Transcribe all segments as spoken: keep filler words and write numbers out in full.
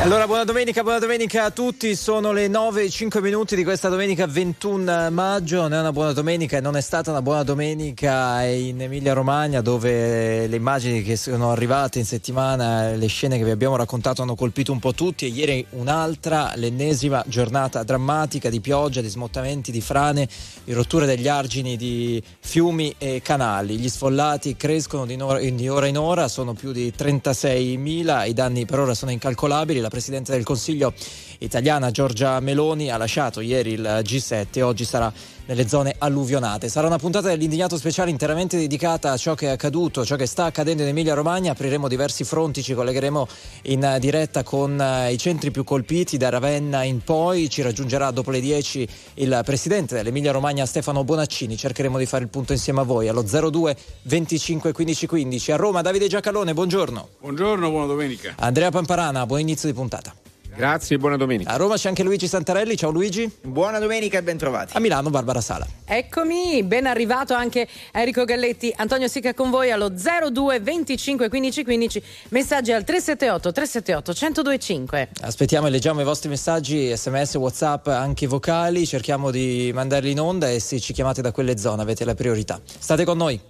Allora, buona domenica, buona domenica a tutti. Sono le nove e cinque minuti di questa domenica ventuno maggio. Non è una buona domenica e non è stata una buona domenica in Emilia Romagna, dove le immagini che sono arrivate in settimana, le scene che vi abbiamo raccontato hanno colpito un po' tutti, e ieri un'altra, l'ennesima giornata drammatica di pioggia, di smottamenti, di frane, di rotture degli argini di fiumi e canali. Gli sfollati crescono di ora in ora, sono più di trentaseimila, i danni per ora sono incalcolabili. La Presidente del Consiglio italiana Giorgia Meloni ha lasciato ieri il G sette e oggi sarà nelle zone alluvionate. Sarà una puntata dell'Indignato Speciale interamente dedicata a ciò che è accaduto, ciò che sta accadendo in Emilia Romagna. Apriremo diversi fronti, ci collegheremo in diretta con i centri più colpiti da Ravenna in poi. Ci raggiungerà dopo le dieci il presidente dell'Emilia Romagna Stefano Bonaccini. Cercheremo di fare il punto insieme a voi allo zero due venticinque quindici quindici. A Roma Davide Giacalone, buongiorno. Buongiorno, buona domenica. Andrea Pamparana, buon inizio di puntata. Grazie, buona domenica. A Roma c'è anche Luigi Santarelli, ciao Luigi. Buona domenica e bentrovati. A Milano Barbara Sala. Eccomi, ben arrivato anche Enrico Galletti. Antonio Sica con voi allo zero due venticinque quindici quindici, messaggi al tre sette otto tre sette otto uno zero due cinque. Aspettiamo e leggiamo i vostri messaggi, sms, whatsapp, anche vocali. Cerchiamo di mandarli in onda e se ci chiamate da quelle zone avete la priorità. State con noi.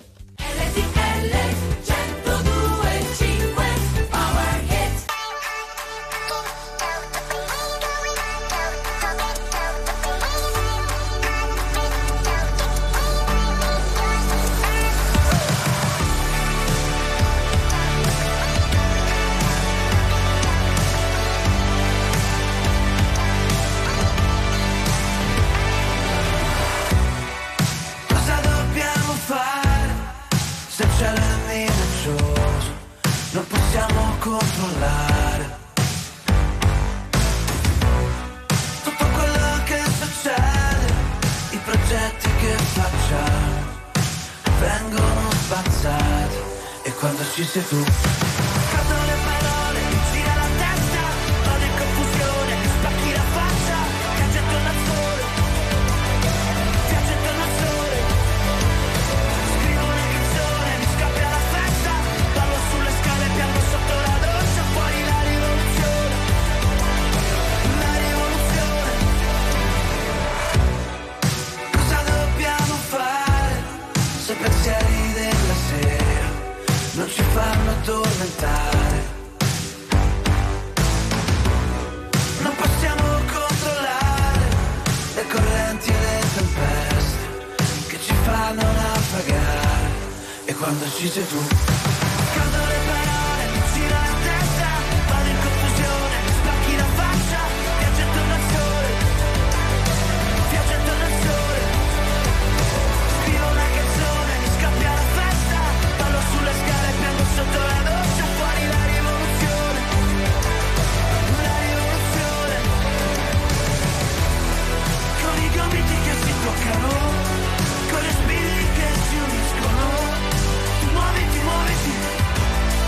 Ci sei tu. Cadono le parole, mi gira la testa, vado in confusione, mi spacchi la faccia, piange attorno al sole, piange attorno al sole. Scrivo una canzone, mi scappia la festa, ballo sulle scale, piango sotto la doccia, fuori la rivoluzione, la rivoluzione. Cosa dobbiamo fare se pensieri della sera non ci fanno addormentare? Non possiamo controllare le correnti e le tempeste che ci fanno naufragare. E quando ci sei tu, cadono le parole, mi gira la testa, vado in confusione, mi spacchi la faccia, piange attorno al sole, piange attorno al sole. Scrivo una canzone, mi scappia la festa, ballo sulle scale, piango sotto la doccia, fuori la rivoluzione, la rivoluzione. Con i gomiti che si toccano, con le spine che si uniscono, tu muoviti, muoviti,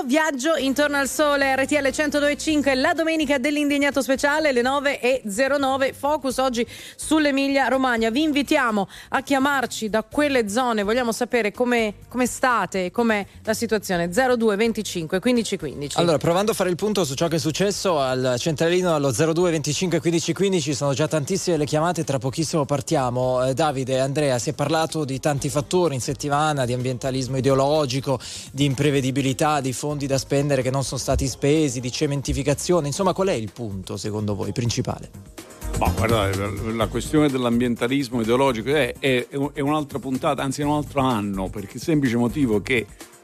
viaggio intorno al sole. R T L centodue e cinque, la domenica dell'indignato speciale, le nove e zero nove. Focus oggi sull'Emilia Romagna. Vi invitiamo a chiamarci da quelle zone, vogliamo sapere come come state, com'è la situazione. Zero due venticinque quindici quindici. Allora, provando a fare il punto su ciò che è successo al centralino allo zero due venticinque quindici quindici, sono già tantissime le chiamate, tra pochissimo partiamo. Eh, Davide, Andrea, si è parlato di tanti fattori in settimana, di ambientalismo ideologico, di imprevedibilità, di fondi da spendere che non sono stati spesi, di cementificazione. Insomma, qual è il punto secondo voi principale? Ma guardate, la, la questione dell'ambientalismo ideologico è, è, è un'altra puntata, anzi è un altro anno, perché il semplice motivo che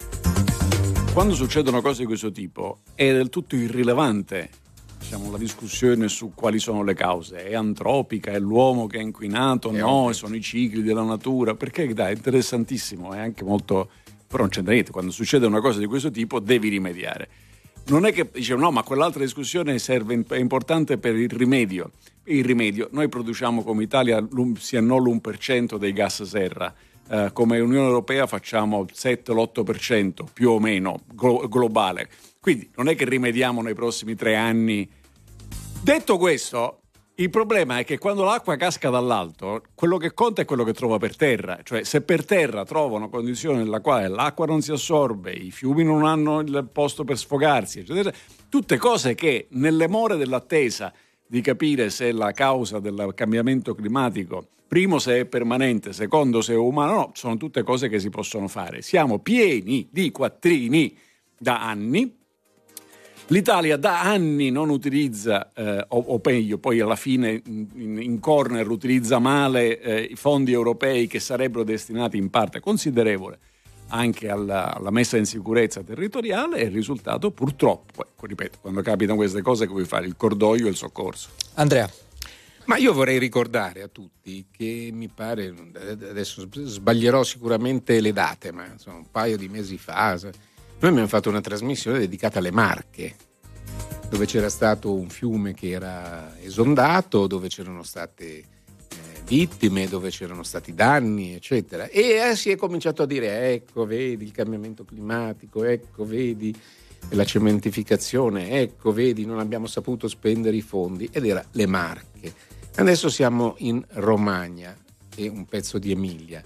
quando succedono cose di questo tipo è del tutto irrilevante, diciamo, la discussione su quali sono le cause. È antropica, è l'uomo che è inquinato, è no, ovvio. Sono i cicli della natura, perché dai, è interessantissimo, è anche molto, però non c'entra niente, quando succede una cosa di questo tipo devi rimediare. Non è che dice no, ma quell'altra discussione serve, è importante per il rimedio. Il rimedio, noi produciamo come Italia sia non l'uno per cento dei gas serra, eh, come Unione Europea facciamo sette l'otto per cento più o meno glo- globale, quindi non è che rimediamo nei prossimi tre anni. Detto questo, il problema è che quando l'acqua casca dall'alto, quello che conta è quello che trova per terra, cioè se per terra trova una condizione nella quale l'acqua non si assorbe, i fiumi non hanno il posto per sfogarsi, eccetera, tutte cose che nelle more dell'attesa di capire se la causa del cambiamento climatico, primo se è permanente, secondo se è umano, no, sono tutte cose che si possono fare. Siamo pieni di quattrini da anni. L'Italia da anni non utilizza, eh, o, o meglio, poi alla fine in, in corner utilizza male eh, i fondi europei che sarebbero destinati in parte considerevole anche alla, alla messa in sicurezza territoriale, e il risultato purtroppo, poi, ripeto, quando capitano queste cose che vuoi fare il cordoglio e il soccorso. Andrea. Ma io vorrei ricordare a tutti che mi pare, adesso sbaglierò sicuramente le date, ma insomma un paio di mesi fa noi abbiamo fatto una trasmissione dedicata alle Marche, dove c'era stato un fiume che era esondato, dove c'erano state vittime, dove c'erano stati danni, eccetera, e eh, si è cominciato a dire ecco vedi il cambiamento climatico, ecco vedi la cementificazione, ecco vedi non abbiamo saputo spendere i fondi, ed era le Marche. Adesso siamo in Romagna e un pezzo di Emilia,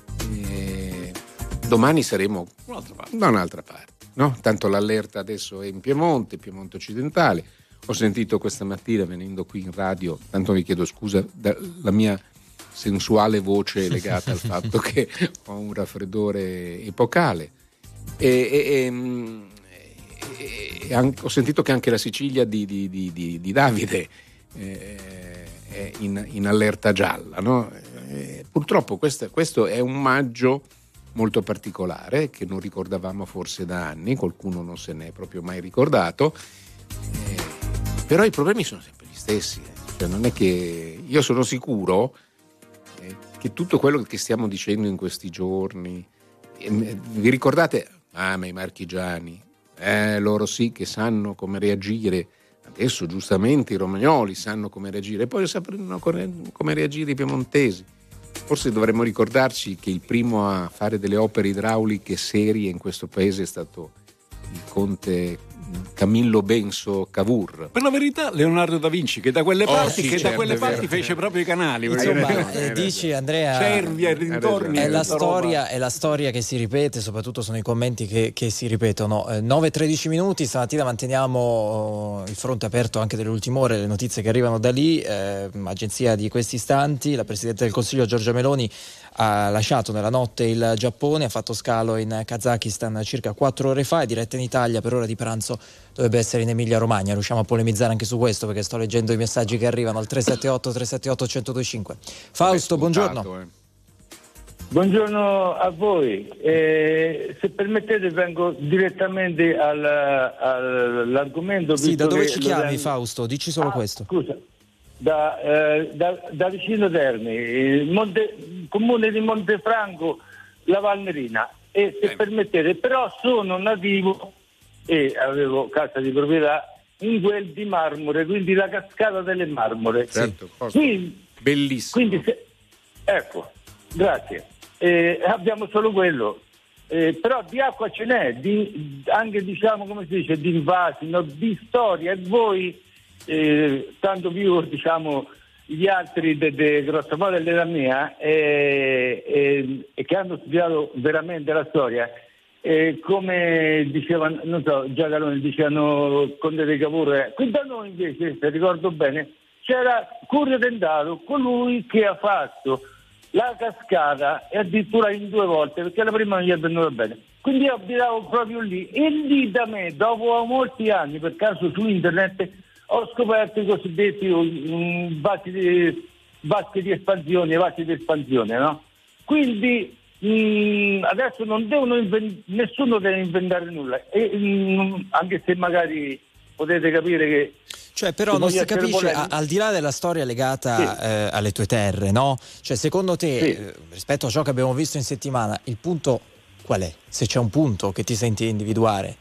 e domani saremo un'altra parte. da un'altra parte, no? Tanto l'allerta adesso è in Piemonte, Piemonte occidentale. Ho sentito questa mattina venendo qui in radio, tanto vi chiedo scusa, la mia sensuale voce legata al fatto che ho un raffreddore epocale, e, e, e, e anche, ho sentito che anche la Sicilia di, di, di, di, di Davide eh, è in, in allerta gialla, no? E purtroppo questa, questo è un maggio molto particolare che non ricordavamo forse da anni, qualcuno non se ne è proprio mai ricordato, eh, però i problemi sono sempre gli stessi, eh. Cioè non è che io sono sicuro eh, che tutto quello che stiamo dicendo in questi giorni, eh, vi ricordate, ah ma i marchigiani, eh, loro sì che sanno come reagire, adesso giustamente i romagnoli sanno come reagire, poi sapranno come reagire i piemontesi. Forse dovremmo ricordarci che il primo a fare delle opere idrauliche serie in questo paese è stato il conte Camillo Benso Cavour. Per la verità Leonardo da Vinci, che da quelle oh, parti, sì, che certo, da quelle parti fece proprio i canali. Insomma, eh, dici Andrea, Cervia e dintorni. È la, storia, è la storia che si ripete, soprattutto sono i commenti che, che si ripetono. Eh, nove e tredici minuti, stamattina manteniamo il fronte aperto anche delle ultime ore, le notizie che arrivano da lì. Eh, agenzia di questi istanti, la Presidente del Consiglio Giorgia Meloni ha lasciato nella notte il Giappone, ha fatto scalo in Kazakistan circa quattro ore fa, è diretta in Italia, per ora di pranzo dovrebbe essere in Emilia Romagna. Riusciamo a polemizzare anche su questo perché sto leggendo i messaggi che arrivano al tre sette otto tre sette otto uno zero due cinque. Fausto, buongiorno. Eh. Buongiorno a voi, eh, se permettete vengo direttamente al, all'argomento. Sì, da dove ci chiami rendo... Fausto? Dici solo ah, questo. Scusa, da, eh, da, da vicino Terni, il Monte, comune di Montefranco, la Valnerina, e se eh. permettete, però sono nativo e avevo casa di proprietà in quel di Marmore, quindi la cascata delle Marmore. Certo, quindi, bellissimo. Quindi se, ecco, grazie. Eh, abbiamo solo quello. eh, però di acqua ce n'è, di, anche diciamo come si dice, di invasi, no, di storia, e voi eh, tanto più diciamo gli altri de, de, grosso modo dell'età mia e eh, eh, che hanno studiato veramente la storia, eh, come dicevano, non so, Giacalone, dicevano Conte de Cavour, qui da noi invece, se ricordo bene, c'era Curio Dentato, colui che ha fatto la cascata e addirittura in due volte, perché la prima non gli è venuta bene. Quindi io abitavo proprio lì, e lì da me, dopo molti anni, per caso su internet, ho scoperto i cosiddetti um, vaschi, di, vasche di espansione, vaschi di espansione, no? Quindi mh, adesso non devono invent- nessuno deve inventare nulla, e, mh, anche se magari potete capire che cioè, però non si capisce, a, al di là della storia legata sì. eh, alle tue terre, no? Cioè, secondo te, sì. eh, rispetto a ciò che abbiamo visto in settimana, il punto qual è? Se c'è un punto che ti senti individuare?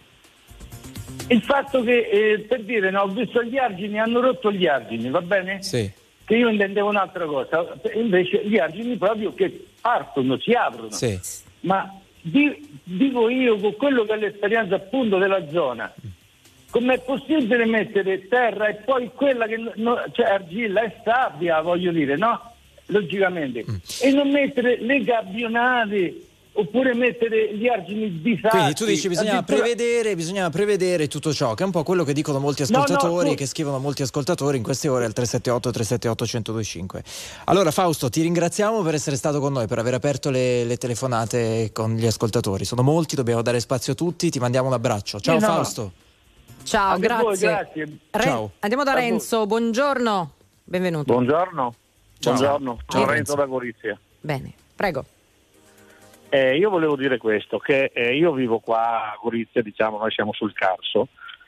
Il fatto che, eh, per dire, no, ho visto gli argini, hanno rotto gli argini, va bene? Sì. Che io intendevo un'altra cosa, invece gli argini proprio che partono, si aprono. Sì. Ma di, dico io, con quello che è l'esperienza appunto della zona, com'è possibile mettere terra e poi quella che no, cioè argilla e sabbia, voglio dire, no? Logicamente. Mm. E non mettere le gabbionate oppure mettere gli argini bisaggi. Quindi tu dici bisogna addirittura... prevedere, bisogna prevedere tutto ciò, che è un po' quello che dicono molti ascoltatori, no, no, tu... che scrivono molti ascoltatori in queste ore al tre sette otto tre sette otto uno zero due cinque. Allora Fausto, ti ringraziamo per essere stato con noi, per aver aperto le, le telefonate con gli ascoltatori. Sono molti, dobbiamo dare spazio a tutti, ti mandiamo un abbraccio. Ciao sì, no, Fausto. No. Ciao, anche grazie. Voi, grazie. Re- Ciao. Andiamo da Renzo, buongiorno. Benvenuto. Buongiorno. Ciao. Buongiorno. Ciao, Lorenzo Renzo. da Gorizia. Bene, prego. Eh, io volevo dire questo, che eh, io vivo qua a Gorizia, diciamo, noi siamo sul Carso,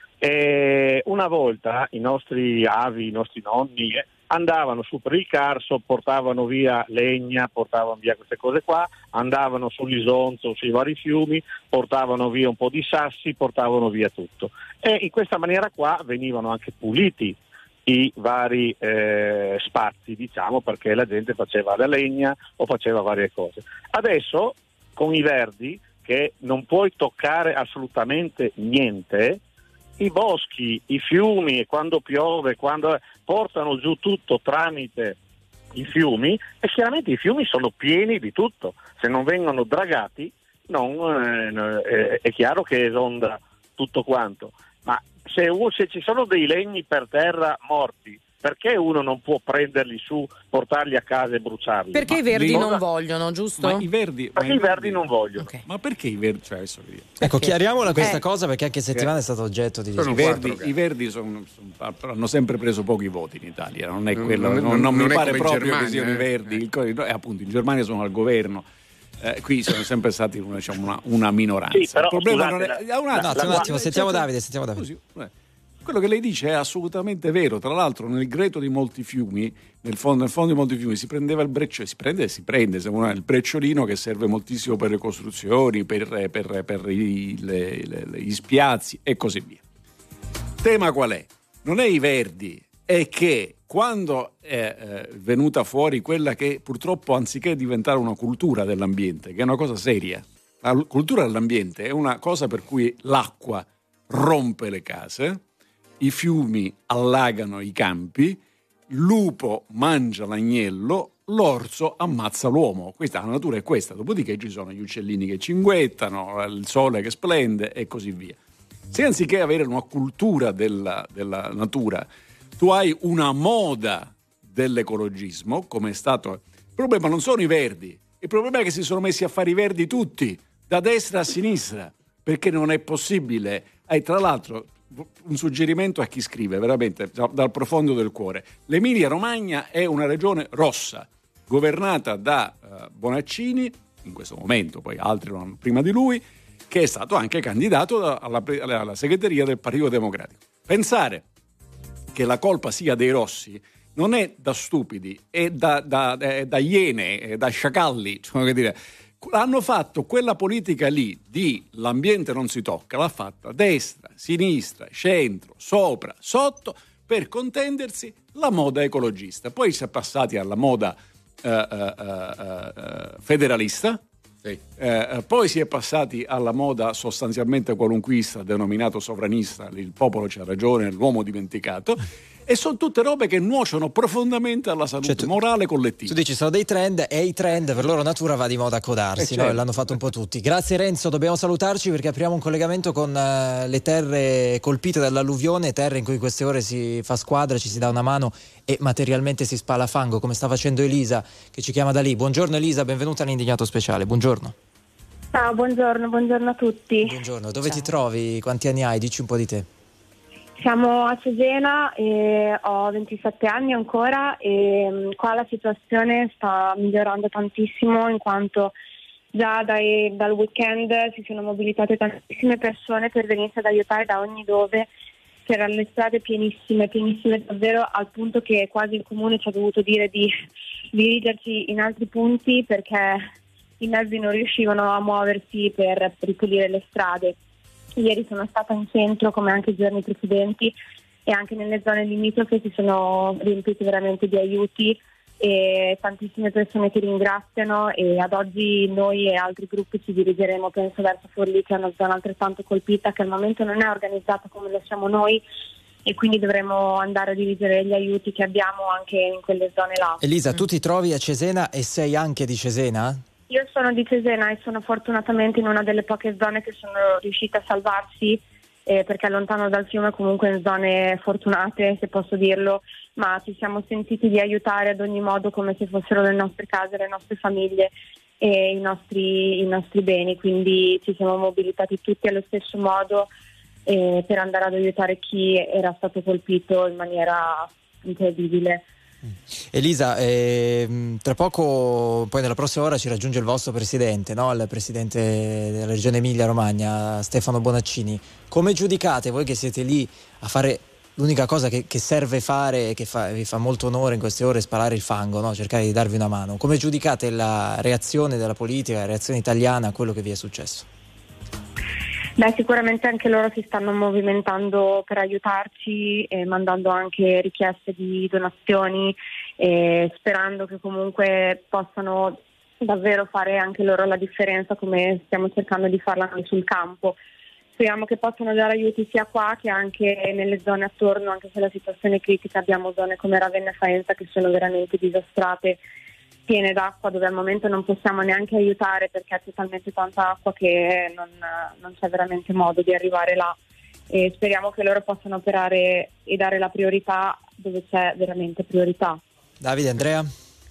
e una volta i nostri avi, i nostri nonni eh, andavano su per il Carso, portavano via legna, portavano via queste cose qua, andavano sull'Isonzo, sui vari fiumi, portavano via un po' di sassi, portavano via tutto. E in questa maniera qua venivano anche puliti i vari eh, spazi, diciamo, perché la gente faceva la legna o faceva varie cose. Adesso con i Verdi, che non puoi toccare assolutamente niente, i boschi, i fiumi, e quando piove, quando portano giù tutto tramite i fiumi, e chiaramente i fiumi sono pieni di tutto. Se non vengono dragati, non, eh, è chiaro che esonda tutto quanto. Ma se, se ci sono dei legni per terra morti, perché uno non può prenderli su, portarli a casa e bruciarli? Perché ma i verdi lì... non vogliono, giusto? Ma i verdi, perché ma i verdi non vogliono. Okay. Ma perché i verdi? Cioè, adesso io. Ecco, chiariamola questa Eh. cosa, perché anche settimana è stato oggetto di I discussione. verdi, i verdi sono, sono, hanno sempre preso pochi voti in Italia, non è Non- quello, non- non, non- non non mi è pare come in proprio che Germania, siano i eh. verdi, il co- eh, appunto in Germania sono al governo, eh, qui sono sempre stati una, diciamo, una, una minoranza. Sì, però, il problema scusate, non è, la- un Un attimo, attimo, un attimo, cioè, sentiamo cioè, Davide, sentiamo Davide. Così, eh. Quello che lei dice è assolutamente vero. Tra l'altro, nel greto di molti fiumi, nel fondo, nel fondo di molti fiumi, si prendeva il breccio, si prende, si prende il brecciolino, che serve moltissimo per le costruzioni, per, per, per i, le, le, gli spiazzi e così via. Tema qual è? Non è i verdi, è che quando è eh, venuta fuori quella che purtroppo, anziché diventare una cultura dell'ambiente, che è una cosa seria, la cultura dell'ambiente è una cosa per cui l'acqua rompe le case, i fiumi allagano i campi, il lupo mangia l'agnello, l'orso ammazza l'uomo. Questa, la natura è questa. Dopodiché ci sono gli uccellini che cinguettano, il sole che splende e così via. Se anziché avere una cultura della, della natura, tu hai una moda dell'ecologismo, come è stato... Il problema non sono i verdi, il problema è che si sono messi a fare i verdi tutti, da destra a sinistra, perché non è possibile. E tra l'altro, un suggerimento a chi scrive, veramente dal profondo del cuore: l'Emilia Romagna è una regione rossa, governata da uh, Bonaccini, in questo momento, poi altri non prima di lui, che è stato anche candidato da, alla, alla segreteria del Partito Democratico. Pensare che la colpa sia dei rossi non è da stupidi, è da, da, da, da iene, è da sciacalli, cioè, che dire. Hanno fatto quella politica lì di l'ambiente non si tocca, l'ha fatta destra, sinistra, centro, sopra, sotto, per contendersi la moda ecologista. Poi si è passati alla moda uh, uh, uh, uh, federalista, Sì. Eh, poi si è passati alla moda sostanzialmente qualunquista, denominato sovranista, il popolo c'ha ragione, l'uomo dimenticato. E sono tutte robe che nuociono profondamente alla salute, cioè, tu, morale collettiva. Tu dici sono dei trend e i trend per loro natura va di moda a codarsi, eh certo. No? E l'hanno fatto un po' tutti. Grazie Renzo, dobbiamo salutarci perché apriamo un collegamento con uh, le terre colpite dall'alluvione, terre in cui in queste ore si fa squadra, ci si dà una mano e materialmente si spala fango, come sta facendo Elisa che ci chiama da lì. Buongiorno Elisa, benvenuta all'Indignato Speciale, buongiorno. Ciao, buongiorno, buongiorno a tutti. Buongiorno, dove Ciao. Ti trovi? Quanti anni hai? Dici un po' di te. Siamo a Cesena e ho ventisette anni ancora e mh, qua la situazione sta migliorando tantissimo in quanto già dai, dal weekend si sono mobilitate tantissime persone per venirsi ad aiutare da ogni dove. C'erano le strade pienissime, pienissime davvero, al punto che quasi il comune ci ha dovuto dire di dirigerci in altri punti perché i mezzi non riuscivano a muoversi per ripulire le strade. Ieri sono stata in centro come anche i giorni precedenti e anche nelle zone limitrofe si sono riempiti veramente di aiuti e tantissime persone che ringraziano e ad oggi noi e altri gruppi ci dirigeremo penso verso Forlì, che è una zona altrettanto colpita che al momento non è organizzata come lo siamo noi e quindi dovremo andare a dirigere gli aiuti che abbiamo anche in quelle zone là. Elisa, tu ti trovi a Cesena e sei anche di Cesena? Io sono di Cesena e sono fortunatamente in una delle poche zone che sono riuscita a salvarsi eh, perché è lontano dal fiume, comunque in zone fortunate se posso dirlo, ma ci siamo sentiti di aiutare ad ogni modo come se fossero le nostre case, le nostre famiglie e i nostri, i nostri beni, quindi ci siamo mobilitati tutti allo stesso modo eh, per andare ad aiutare chi era stato colpito in maniera incredibile. Elisa, eh, tra poco, poi nella prossima ora ci raggiunge il vostro presidente, no? Il presidente della regione Emilia Romagna, Stefano Bonaccini. Come giudicate voi che siete lì a fare l'unica cosa che, che serve fare e che fa, vi fa molto onore in queste ore, spalare il fango, no? Cercare di darvi una mano? Come giudicate la reazione della politica, la reazione italiana a quello che vi è successo? Beh, sicuramente anche loro si stanno movimentando per aiutarci e mandando anche richieste di donazioni e sperando che comunque possano davvero fare anche loro la differenza come stiamo cercando di farla noi sul campo. Speriamo che possano dare aiuti sia qua che anche nelle zone attorno, anche se la situazione è critica. Abbiamo zone come Ravenna e Faenza che sono veramente disastrate, piene d'acqua, dove al momento non possiamo neanche aiutare perché c'è talmente tanta acqua che non, non c'è veramente modo di arrivare là e speriamo che loro possano operare e dare la priorità dove c'è veramente priorità. Davide, Andrea?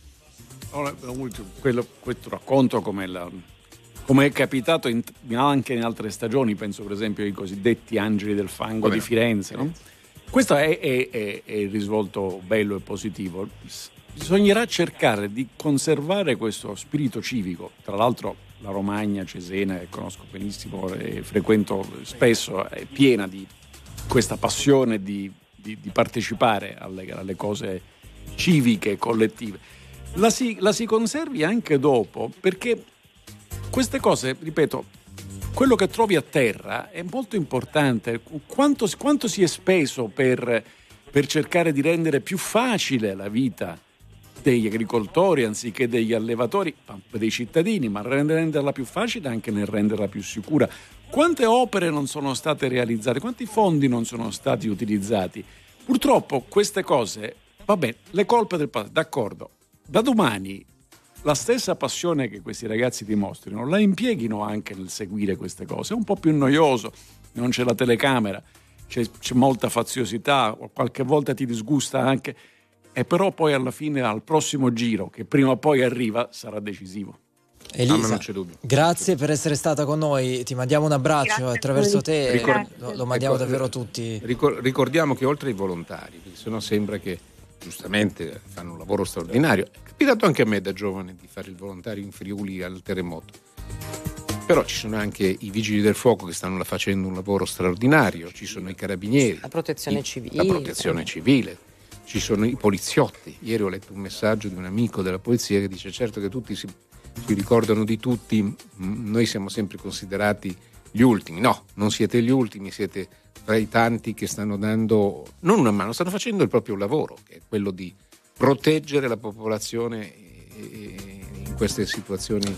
Quello, questo racconto come, la, come è capitato in, anche in altre stagioni, penso per esempio ai cosiddetti angeli del fango Vabbè. di Firenze, no? Questo è, è, è, è il risvolto bello e positivo. Bisognerà cercare di conservare questo spirito civico. Tra l'altro la Romagna, Cesena, che conosco benissimo e frequento spesso, è piena di questa passione di, di, di partecipare alle, alle cose civiche, collettive. La si, la si conservi anche dopo, perché queste cose, ripeto, quello che trovi a terra è molto importante. Quanto, quanto si è speso per, per cercare di rendere più facile la vita degli agricoltori anziché degli allevatori, dei cittadini, ma renderla più facile anche nel renderla più sicura. Quante opere non sono state realizzate, quanti fondi non sono stati utilizzati? Purtroppo queste cose, vabbè, le colpe del passato, d'accordo, da domani la stessa passione che questi ragazzi dimostrino la impieghino anche nel seguire queste cose. È un po' più noioso, non c'è la telecamera, c'è, c'è molta faziosità, qualche volta ti disgusta anche. E però poi alla fine, al prossimo giro, che prima o poi arriva, sarà decisivo. Elisa, non c'è dubbio. Grazie per essere stata con noi, ti mandiamo un abbraccio grazie attraverso te, Ricor- lo, lo mandiamo ecco, davvero tutti. Ricordiamo che oltre ai volontari, perché sennò sembra che giustamente fanno un lavoro straordinario, è capitato anche a me da giovane di fare il volontario in Friuli al terremoto, però ci sono anche i vigili del fuoco che stanno facendo un lavoro straordinario, ci sono i carabinieri, la protezione i, civile, la protezione civile. Ci sono i poliziotti. Ieri ho letto un messaggio di un amico della polizia che dice: certo che tutti si, si ricordano di tutti, noi siamo sempre considerati gli ultimi. No, non siete gli ultimi, siete tra i tanti che stanno dando non una mano, stanno facendo il proprio lavoro, che è quello di proteggere la popolazione in queste situazioni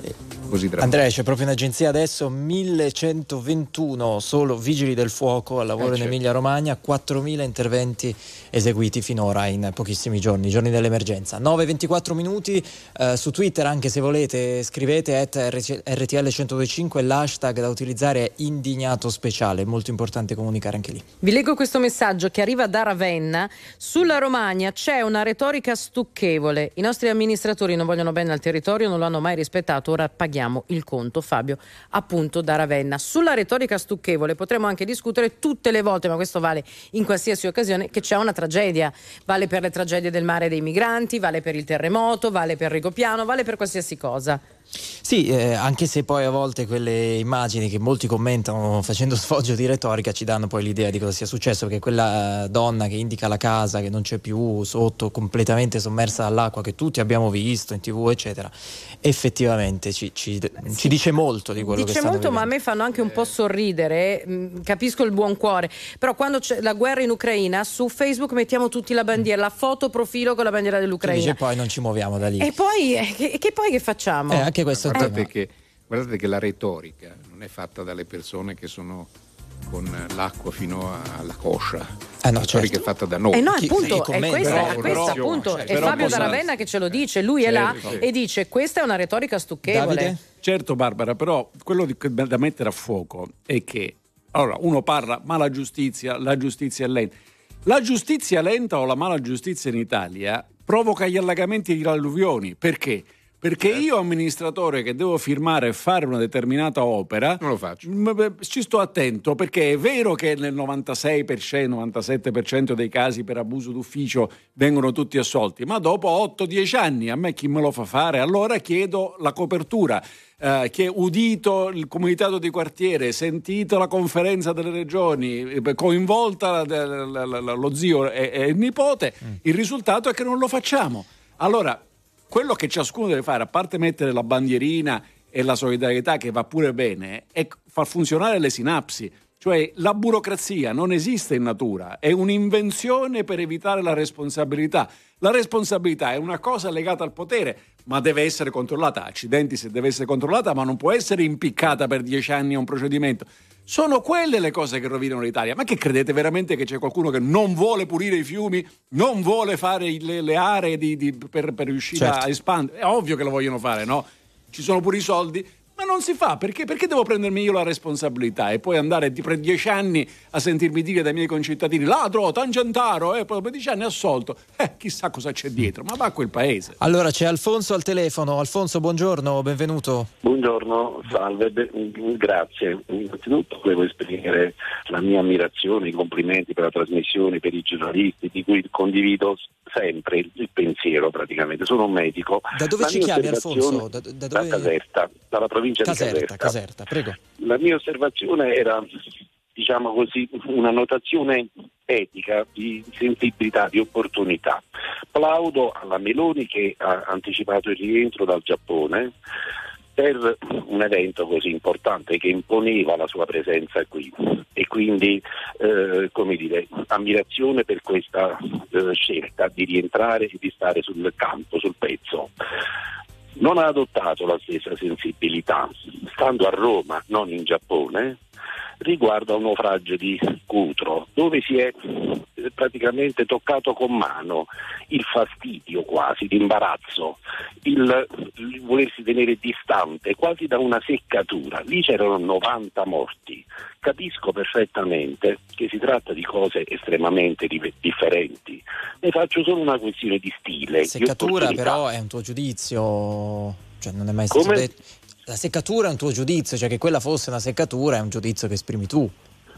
così drammatico. Andrea, c'è proprio in agenzia adesso millecentoventuno solo vigili del fuoco al lavoro eh, in certo. Emilia Romagna, quattromila interventi eseguiti finora in pochissimi giorni, giorni dell'emergenza. nove e ventiquattro minuti, eh, su Twitter anche se volete scrivete at R T L centodue e cinque, l'hashtag da utilizzare è indignato speciale, è molto importante comunicare anche lì. Vi leggo questo messaggio che arriva da Ravenna. Sulla Romagna c'è una retorica stucchevole, i nostri amministratori non vogliono bene al territorio, non lo hanno mai rispettato, ora paghiamo il conto. Fabio, appunto, da Ravenna. Sulla retorica stucchevole potremmo anche discutere tutte le volte, ma questo vale in qualsiasi occasione, che c'è una tragedia, vale per le tragedie del mare dei migranti, vale per il terremoto, vale per Rigopiano, vale per qualsiasi cosa. Sì, eh, anche se poi a volte quelle immagini che molti commentano facendo sfoggio di retorica ci danno poi l'idea di cosa sia successo, perché quella donna che indica la casa che non c'è più sotto, completamente sommersa dall'acqua, che tutti abbiamo visto in tv eccetera, effettivamente ci, ci, sì. ci dice molto di quello dice che stanno molto, vivendo. ma a me fanno anche un po' sorridere, mh, capisco il buon cuore, però quando c'è la guerra in Ucraina su Facebook mettiamo tutti la bandiera, la foto profilo con la bandiera dell'Ucraina, dice, poi non ci muoviamo da lì e poi eh, che, che poi che facciamo? Eh, anche questo guardate, tema. che, guardate che la retorica non è fatta dalle persone che sono con l'acqua fino alla coscia. Eh no, la retorica certo. è fatta da noi. Eh no, Chi- appunto, chi è commenta, questa, però- è questa però- appunto, cioè, è però Fabio da possa- Ravenna che ce lo dice, lui è là Certo, sì. e dice questa è una retorica stucchevole. Davide? Certo Barbara, però quello di- da mettere a fuoco è che allora uno parla ma la giustizia, la giustizia è lenta. La giustizia lenta o la mala giustizia in Italia provoca gli allagamenti e gli alluvioni. Perché? Perché io amministratore che devo firmare e fare una determinata opera Non lo faccio. m- ci sto attento, perché è vero che nel novantasei per cento, novantasette per cento dei casi per abuso d'ufficio vengono tutti assolti, ma dopo otto dieci anni a me chi me lo fa fare? Allora chiedo la copertura. Eh, che udito il comunitato di quartiere, sentito la conferenza delle regioni, eh, coinvolta la, la, la, la, lo zio e, e il nipote, mm. il risultato è che non lo facciamo. Allora, quello che ciascuno deve fare, a parte mettere la bandierina e la solidarietà che va pure bene, è far funzionare le sinapsi. Cioè la burocrazia non esiste in natura, è un'invenzione per evitare la responsabilità. La responsabilità è una cosa legata al potere, ma deve essere controllata. Accidenti se deve essere controllata, ma non può essere impiccata per dieci anni a un procedimento. Sono quelle le cose che rovinano l'Italia. Ma che credete veramente che c'è qualcuno che non vuole pulire i fiumi, non vuole fare le, le aree di, di, per, per riuscire certo. a espandere? È ovvio che lo vogliono fare, no? Ci sono pure i soldi. Ma non si fa, perché? Perché devo prendermi io la responsabilità e poi andare per dieci anni a sentirmi dire dai miei concittadini ladro, tangentaro, e poi dopo dieci anni assolto. Eh, chissà cosa c'è dietro, ma va a quel paese. Allora c'è Alfonso al telefono. Alfonso, buongiorno, benvenuto. Buongiorno, salve, be- grazie. Innanzitutto volevo esprimere la mia ammirazione, i complimenti per la trasmissione, per i giornalisti, di cui condivido sempre il, il pensiero praticamente. Sono un medico. Da dove La ci mia chiami, osservazione- Alfonso? Da, da dove... Da Caserta, dalla provincia Caserta, di Caserta. Caserta, prego. La mia osservazione era, diciamo così, una notazione etica, di sensibilità, di opportunità. Plaudo alla Meloni che ha anticipato il rientro dal Giappone per un evento così importante che imponeva la sua presenza qui, e quindi eh, come dire, ammirazione per questa eh, scelta di rientrare e di stare sul campo, sul pezzo. Non ha adottato la stessa sensibilità, stando a Roma, non in Giappone, riguardo a un naufragio di Cutro, dove si è praticamente toccato con mano il fastidio quasi, l'imbarazzo, il, il volersi tenere distante, quasi da una seccatura. Lì c'erano novanta morti. Capisco perfettamente che si tratta di cose estremamente di- differenti. Ne faccio solo una questione di stile. Seccatura di però è un tuo giudizio, cioè non è mai stato Come? detto. La seccatura è un tuo giudizio, cioè che quella fosse una seccatura è un giudizio che esprimi tu.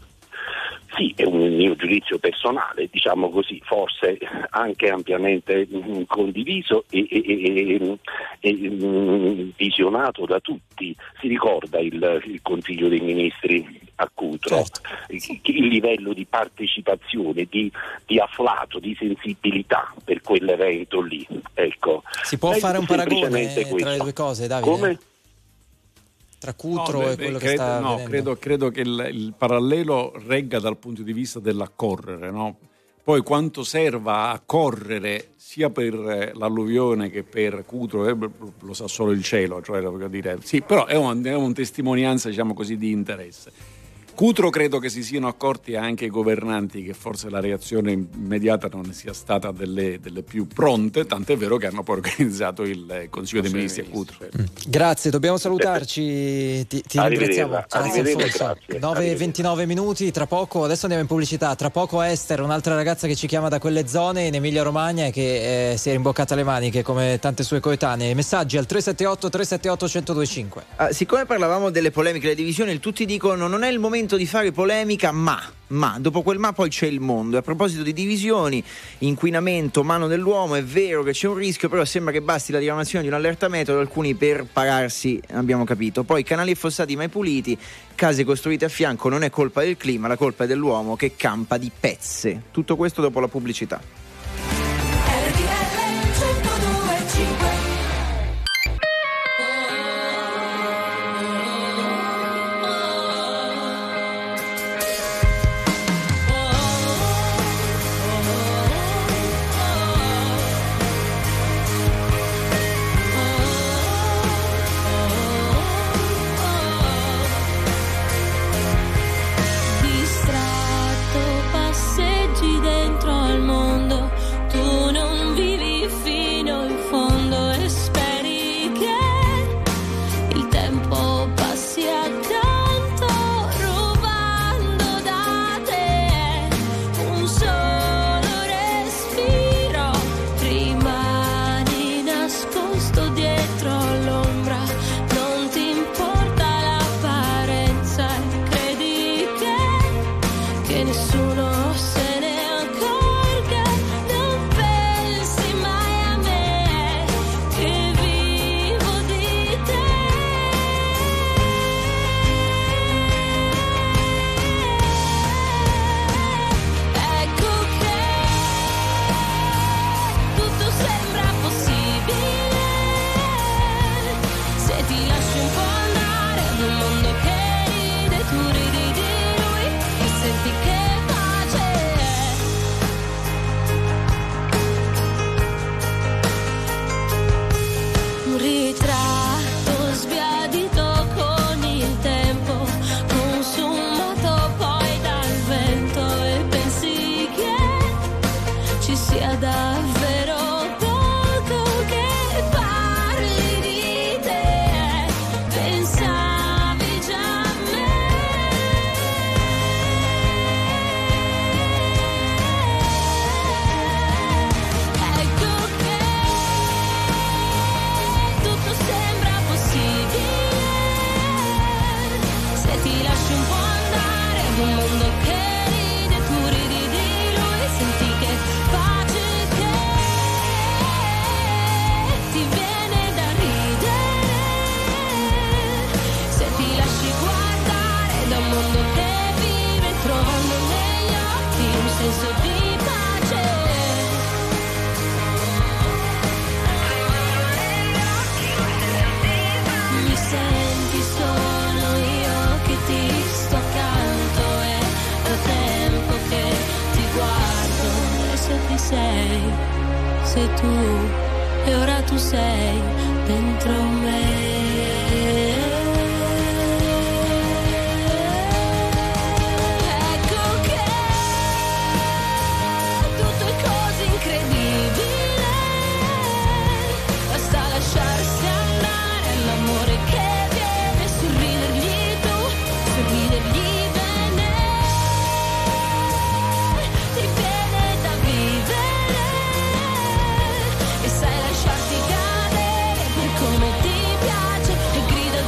Sì, è un mio giudizio personale, diciamo così, forse anche ampiamente mh, condiviso e, e, e, e mh, visionato da tutti. Si ricorda il, il Consiglio dei Ministri a Cutro, Certo. il, il livello di partecipazione, di, di afflato, di sensibilità per quell'evento lì. Ecco. Si può Lei fare un paragone semplicemente tra questo. le due cose, Davide? Come? Tra Cutro No, beh, e quello beh, che credo, sta no, avvenendo? credo, credo che il, il parallelo regga dal punto di vista dell'accorrere, no? Poi quanto serva a correre sia per l'alluvione che per Cutro, eh, lo sa solo il cielo, cioè, voglio dire, sì, però è un, è un testimonianza, diciamo così, di interesse. Cutro credo che si siano accorti anche i governanti che forse la reazione immediata non sia stata delle, delle più pronte, tant'è vero che hanno poi organizzato il Consiglio dei Ministri a Cutro. Mm. Grazie, dobbiamo salutarci, ti, ti ringraziamo. nove e ventinove minuti, tra poco, adesso andiamo in pubblicità, tra poco Esther, un'altra ragazza che ci chiama da quelle zone in Emilia Romagna e che eh, si è rimboccata le maniche come tante sue coetanee. Messaggi al tre sette otto tre sette otto uno zero due cinque. Ah, siccome parlavamo delle polemiche, le divisioni, tutti dicono non è il momento di fare polemica, ma, ma dopo quel ma poi c'è il mondo. E a proposito di divisioni, inquinamento, mano dell'uomo, è vero che c'è un rischio, però sembra che basti la diramazione di un allertamento ad alcuni per pararsi, abbiamo capito. Poi canali e fossati mai puliti, case costruite a fianco, non è colpa del clima, la colpa è dell'uomo che campa di pezze. Tutto questo dopo la pubblicità. Sei, sei tu e ora tu sei dentro me. Ecco che tutto è così incredibile, basta lasciarsi andare all'amore che viene, sorridergli tu, sorridergli bene, ti viene da vivere. Come ti piace e grida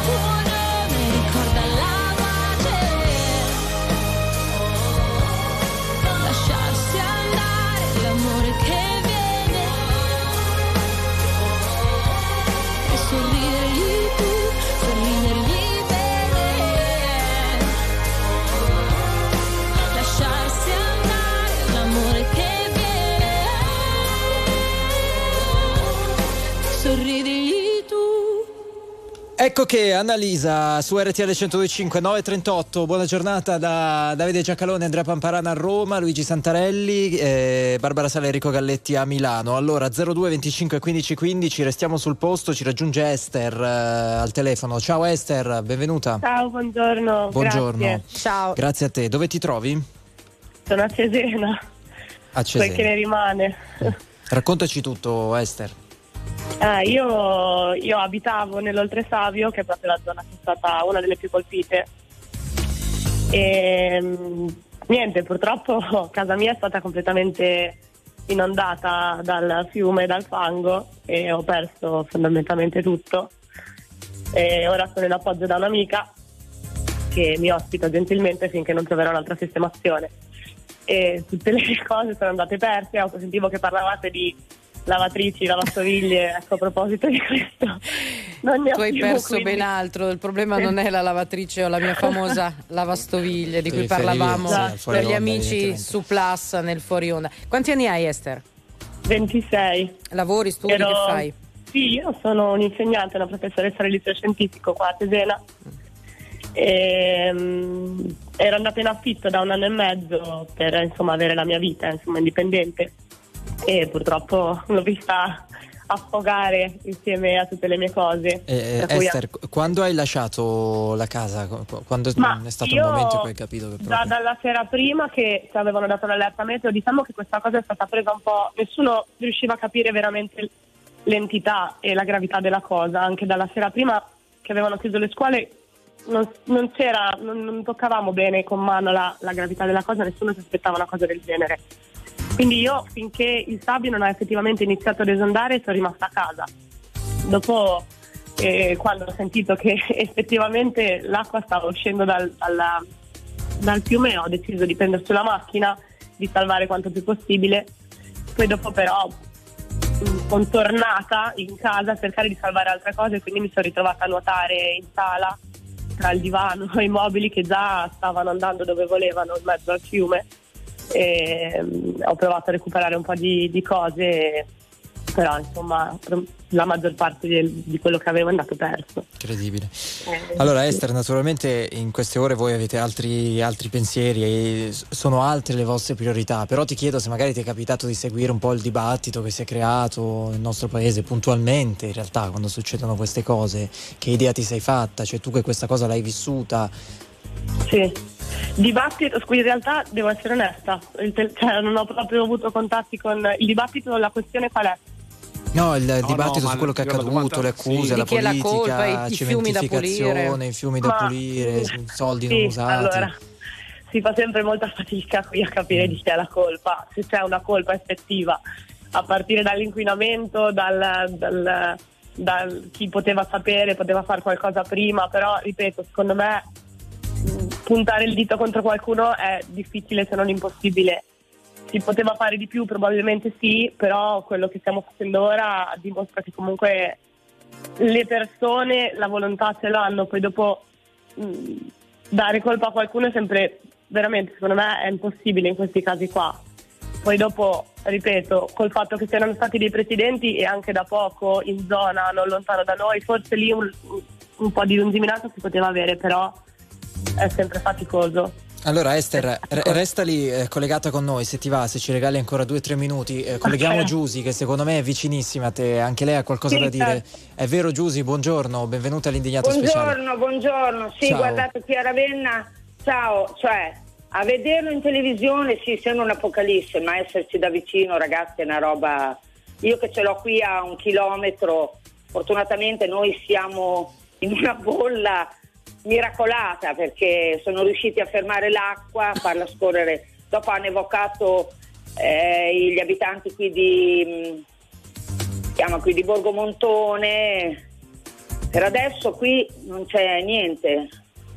Ecco che Annalisa su R T L centodue e cinque, nove e trentotto. Buona giornata da Davide Giacalone, Andrea Pamparana a Roma, Luigi Santarelli, eh, Barbara Sala e Enrico Galletti a Milano. Allora zero due venticinque quindici quindici, restiamo sul posto, ci raggiunge Esther eh, al telefono. Ciao Esther, benvenuta. Ciao, buongiorno. Buongiorno. Grazie. Ciao. Grazie a te. Dove ti trovi? Sono a Cesena. A Cesena. Quel che ne rimane. Raccontaci tutto, Esther. Eh, io, io abitavo nell'Oltresavio, che è proprio la zona che è stata una delle più colpite. E niente, purtroppo casa mia è stata completamente inondata dal fiume e dal fango e ho perso fondamentalmente tutto. E ora sono in appoggio da un'amica che mi ospita gentilmente finché non troverò un'altra sistemazione. E tutte le cose sono andate perse. Sentivo che parlavate di lavatrici, lavastoviglie, ecco, a proposito di questo non ne ho tu hai più, perso quindi... ben altro. Il problema non è la lavatrice o la mia famosa lavastoviglie di Ti cui riferivi, parlavamo sì, al fuori con gli onda, amici evidentemente. su Plus nel fuori onda. Quanti anni hai, Esther? ventisei. Lavori, studi, Ero... che fai? Sì, io sono un'insegnante, una professoressa del liceo scientifico qua a Cesena. E, um, ero andata in affitto da un anno e mezzo per insomma avere la mia vita insomma indipendente e purtroppo l'ho vista affogare insieme a tutte le mie cose. Eh, Per cui- Esther, quando hai lasciato la casa? Qu- Quando Ma è stato il io momento in cui hai capito che già proprio... dalla sera prima che ci avevano dato l'allerta meteo, diciamo che questa cosa è stata presa un po', nessuno riusciva a capire veramente l'entità e la gravità della cosa. Anche dalla sera prima che avevano chiuso le scuole non, non c'era, non, non toccavamo bene con mano la, la gravità della cosa, nessuno si aspettava una cosa del genere. Quindi io finché il Sabio non ha effettivamente iniziato ad esondare sono rimasta a casa. Dopo eh, quando ho sentito che effettivamente l'acqua stava uscendo dal, dalla, dal fiume ho deciso di prendere sulla macchina, di salvare quanto più possibile. Poi dopo però mh, sono tornata in casa a cercare di salvare altre cose, quindi mi sono ritrovata a nuotare in sala tra il divano e i mobili che già stavano andando dove volevano in mezzo al fiume. E, um, ho provato a recuperare un po' di, di cose, però insomma la maggior parte di, di quello che avevo è andato perso. Incredibile. Eh, Allora sì. Esther, naturalmente in queste ore voi avete altri, altri pensieri e s- sono altre le vostre priorità, però ti chiedo se magari ti è capitato di seguire un po' il dibattito che si è creato nel nostro paese puntualmente, in realtà quando succedono queste cose, che idea ti sei fatta? Cioè tu che questa cosa l'hai vissuta? Sì. Dibattito, scusi, in realtà devo essere onesta, il te- cioè, non ho proprio avuto contatti con il dibattito. La questione qual è? No, il No, dibattito no, su ma quello che è io la accaduto, domanda- le accuse, sì. la Di chi è la politica, colpa, i- i fiumi da cementificazione, pulire. i fiumi da Ma- pulire, soldi Sì, non usati. allora, si fa sempre molta fatica qui a capire di chi è la colpa, se c'è una colpa effettiva, a partire dall'inquinamento, dal, dal, dal chi poteva sapere, poteva fare qualcosa prima, però ripeto, secondo me mh, puntare il dito contro qualcuno è difficile se non impossibile. Si poteva fare di più, probabilmente sì, però quello che stiamo facendo ora dimostra che comunque le persone la volontà ce l'hanno, poi dopo mh, dare colpa a qualcuno è sempre, veramente secondo me è impossibile in questi casi qua. Poi dopo, ripeto, col fatto che siano stati dei presidenti e anche da poco in zona non lontano da noi, forse lì un, un po' di lungimiranza si poteva avere, però è sempre faticoso. Allora Esther, re- resta lì eh, collegata con noi, se ti va, se ci regali ancora due o tre minuti. Eh, colleghiamo Ok. Giusy, che secondo me è vicinissima a te, anche lei ha qualcosa Sì, da dire. certo. È vero Giusy, buongiorno, benvenuta all'Indignato Speciale. Buongiorno, buongiorno. Sì, Ciao. guardate qui a Ravenna, ciao, cioè a vederlo in televisione sì, sembra un'apocalisse, ma esserci da vicino, ragazzi, è una roba. Io che ce l'ho qui a un chilometro, fortunatamente noi siamo in una bolla miracolata perché sono riusciti a fermare l'acqua, a farla scorrere. Dopo hanno evocato eh, gli abitanti qui di mh, si chiama qui di Borgo Montone. Per adesso qui non c'è niente,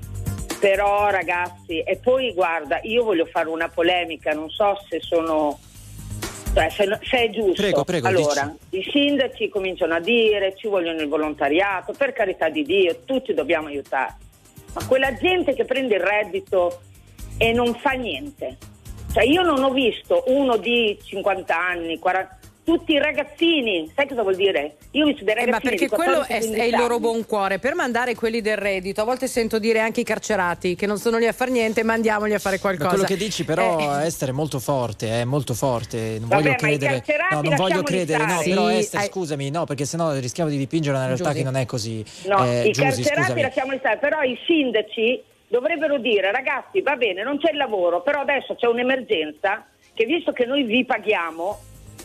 però ragazzi, e poi guarda, io voglio fare una polemica, non so se sono cioè se, se è giusto. Prego, prego, allora, i sindaci cominciano a dire ci vogliono il volontariato, per carità di Dio, tutti dobbiamo aiutare, ma quella gente che prende il reddito e non fa niente, cioè io non ho visto uno di cinquanta anni, quaranta, tutti i ragazzini, sai cosa vuol dire? Io ho visto dei Eh, ma ragazzini perché di quello è, quattordici è il loro anni. buon cuore per mandare quelli del reddito. A volte sento dire anche i carcerati che non sono lì a far niente, mandiamoli a fare Ma qualcosa. quello che dici però Eh, Esther è molto forte, è molto forte. Non Vabbè, voglio ma i credere. carcerati No, non voglio lasciamoli credere, no, stare. però Sì, Esther, hai- scusami, no, perché sennò rischiamo di dipingere una realtà Giusy. che non è così. No, Eh, i Giusy, carcerati scusami. lasciamoli stare, però i sindaci dovrebbero dire ragazzi va bene non c'è il lavoro, però adesso c'è un'emergenza che visto che noi vi paghiamo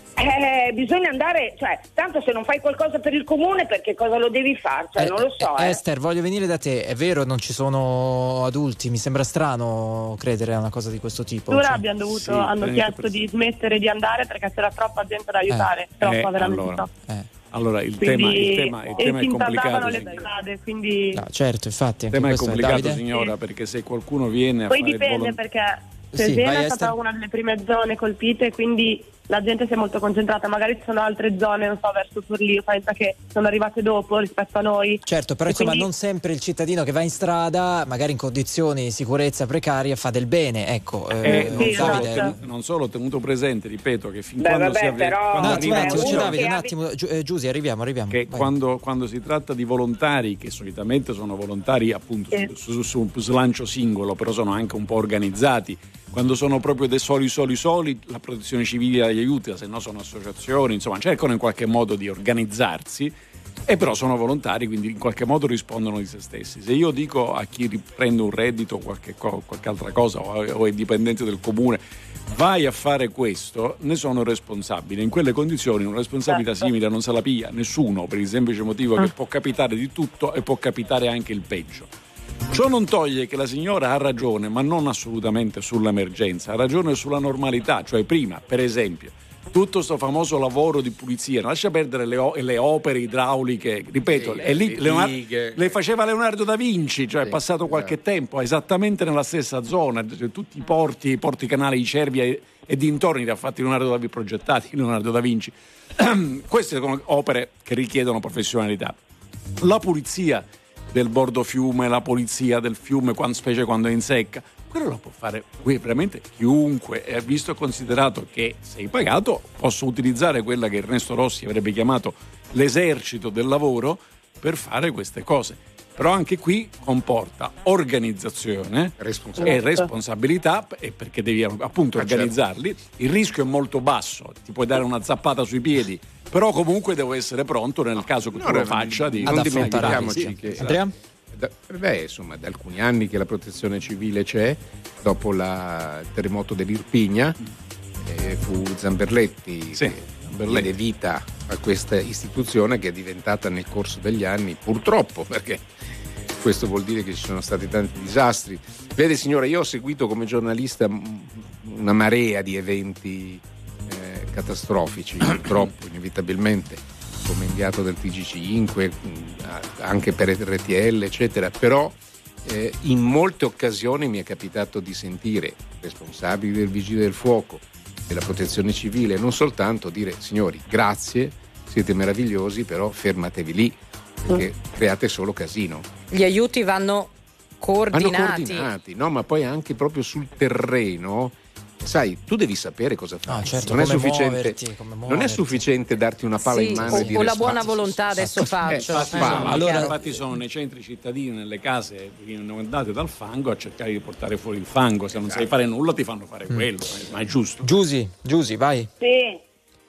eh, bisogna andare, cioè tanto se non fai qualcosa per il comune perché cosa lo devi fare, cioè Eh, non lo so eh, eh. Esther, voglio venire da te. È vero, non ci sono adulti, mi sembra strano credere a una cosa di questo tipo. Ora cioè. abbiamo dovuto, Sì, hanno tenete chiesto presente. di smettere di andare perché c'era troppa gente da aiutare, troppa Eh, veramente allora. troppa. Eh. Allora, il Quindi, tema, il tema, il e tema si è complicato. intasavano le signora. strade, quindi No, certo, infatti. Il Anche tema è questo complicato, Davide? signora, Sì. perché se qualcuno viene a poi fare dipende volon- perché Sì, Cesena vai, è stata Esther. una delle prime zone colpite, quindi la gente si è molto concentrata, magari ci sono altre zone, non so, verso Forlì, pensa che sono arrivate dopo rispetto a noi. Certo, però E insomma quindi- non sempre il cittadino che va in strada, magari in condizioni di sicurezza precaria, fa del bene, ecco. Eh, eh, non, sì, solo, esatto. ten- non solo ho tenuto presente, ripeto, che fin Beh, quando vabbè, si avvia- però- quando Un attimo, un arriva- attimo, uno c'è Davide, che un ha- attimo, Giu- eh, Giusy, arriviamo, arriviamo. che Vai. quando, quando si tratta di volontari, che solitamente sono volontari appunto Sì. su, su, su slancio singolo, però sono anche un po' organizzati, quando sono proprio dei soli, soli, soli, la protezione civile li aiuta, se no sono associazioni, insomma cercano in qualche modo di organizzarsi, e però sono volontari, quindi in qualche modo rispondono di se stessi. Se io dico a chi riprende un reddito o qualche, co- qualche altra cosa, o, o è dipendente del comune, vai a fare questo, ne sono responsabile. In quelle condizioni una responsabilità simile non se la piglia nessuno, per il semplice motivo che può capitare di tutto e può capitare anche il peggio. Ciò non toglie che la signora ha ragione, ma non assolutamente sull'emergenza, ha ragione sulla normalità, cioè prima, per esempio, tutto sto famoso lavoro di pulizia, lascia perdere le, o- le opere idrauliche, ripeto, Sì, e lì le Leonardo- dighe. le faceva Leonardo da Vinci, cioè Sì, è passato qualche esatto. tempo, esattamente nella stessa zona, cioè, tutti i porti, i porti canali di Cervia e, e dintorni li ha fatti Leonardo da Vinci, progettati Leonardo da Vinci. Queste sono opere che richiedono professionalità. La pulizia del bordo fiume, la pulizia del fiume, quando, specie quando è in secca, quello lo può fare qui veramente chiunque, e visto e considerato che sei pagato, posso utilizzare quella che Ernesto Rossi avrebbe chiamato l'esercito del lavoro per fare queste cose. Però anche qui comporta organizzazione Responsabilità. e responsabilità, e perché devi appunto Ah, certo. organizzarli. Il rischio è molto basso, ti puoi dare una zappata sui piedi, però comunque devo essere pronto nel caso che tu Allora, lo faccia di non ad affrontare dimentichiamoci il rischio. che Andrea? da, beh, insomma, da alcuni anni che la protezione civile c'è, dopo la- il terremoto dell'Irpigna, eh, fu Zamberletti Sì, che Zamberletti. diede vita a questa istituzione che è diventata nel corso degli anni, purtroppo, perché questo vuol dire che ci sono stati tanti disastri. Vede signora, io ho seguito come giornalista mh, una marea di eventi eh, catastrofici, purtroppo, inevitabilmente, come inviato del T G cinque, mh, anche per R T L, eccetera, però eh, in molte occasioni mi è capitato di sentire responsabili del Vigili del Fuoco, della Protezione Civile, non soltanto dire signori grazie, siete meravigliosi, però fermatevi lì, perché create solo casino. Gli aiuti vanno coordinati. Vanno coordinati, no, ma poi anche proprio sul terreno. Sai, tu devi sapere cosa fare. No, certo, non, è come sufficiente, muoverti, come non è muoverti. sufficiente darti una pala Sì, in mano o, e dire o la buona "Fa- volontà adesso faccio. infatti, Eh, fa- no, allora- chiaro. Infatti sono nei centri cittadini, nelle case inondate dal fango, a cercare di portare fuori il fango. Se non sai fare nulla ti fanno fare quello, eh, ma è giusto. Giusy, Giusy, vai. Sì.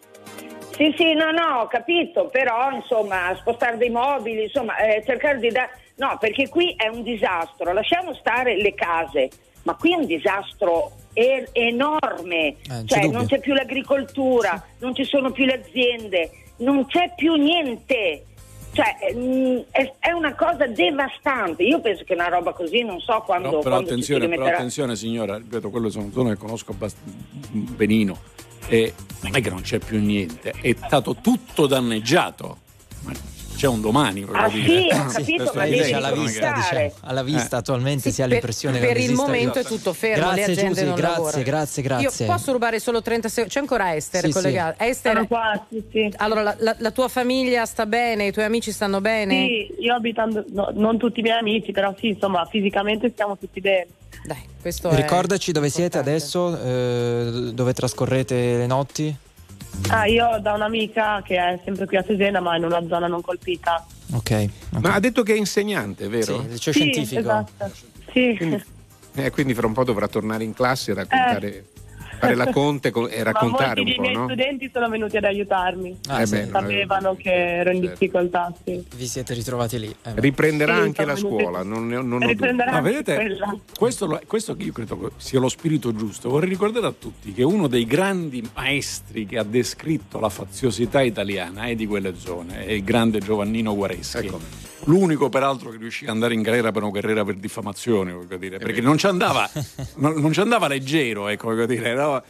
Sì, sì, no, no, ho capito, però insomma spostare dei mobili, insomma eh, cercare di dare... No, perché qui è un disastro, lasciamo stare le case, ma qui è un disastro e- enorme, non c'è cioè dubbio. non c'è più l'agricoltura, non ci sono più le aziende, non c'è più niente. Cioè mh, è, è una cosa devastante. Io penso che una roba così non so quando, Però, però quando ci si attenzione, però rimetterà. attenzione signora, ripeto, quello sono zone che conosco abbast- benino. E non è che non c'è più niente, è stato tutto danneggiato. Ma c'è un domani, voglio Ah, dire. sì, ho Sì, capito, questo ma è devi il alla senso, vista, non è che- stare. diciamo, alla vista Eh. attualmente Sì, si ha per, l'impressione che per non il esista. momento è tutto fermo, Grazie, le aziende Giusy, non grazie, lavorano. grazie, grazie. Io posso rubare solo trenta secondi? C'è ancora Esther Sì, collegata. Esther, Sono qua, sì, sì. allora la, la- la tua famiglia sta bene, i tuoi amici stanno bene? Sì, io abitando, no, non tutti i miei amici, però sì, insomma, fisicamente stiamo tutti bene. Dai, questo è Ricordaci dove siete importante. adesso, eh, dove trascorrete le notti? Ah, io da un'amica che è sempre qui a Cesena, ma in una zona non colpita. Ok. okay. Ma ha detto che è insegnante, vero? Sì, liceo sì, scientifico. Esatto. Sì. Quindi, eh, quindi fra un po' dovrà tornare in classe e raccontare... Eh. fare la conte e raccontare un po', ma molti dei miei no? studenti sono venuti ad aiutarmi. Ah, eh sì. beh, Sapevano che ero in certo. difficoltà, sì. Vi siete ritrovati lì. Eh, Riprenderà Sì, anche la sono venuti- scuola, non, ne- non ho Riprenderà dubbi. Ma anche vedete, quella. questo, lo- questo che io credo sia lo spirito giusto. Vorrei ricordare a tutti che uno dei grandi maestri che ha descritto la faziosità italiana è di quelle zone, è il grande Giovannino Guareschi. Ecco. L'unico peraltro che riuscì ad andare in galera per una carriera per diffamazione, voglio dire, perché non ci andava, non, non ci andava leggero, ecco, voglio dire, no?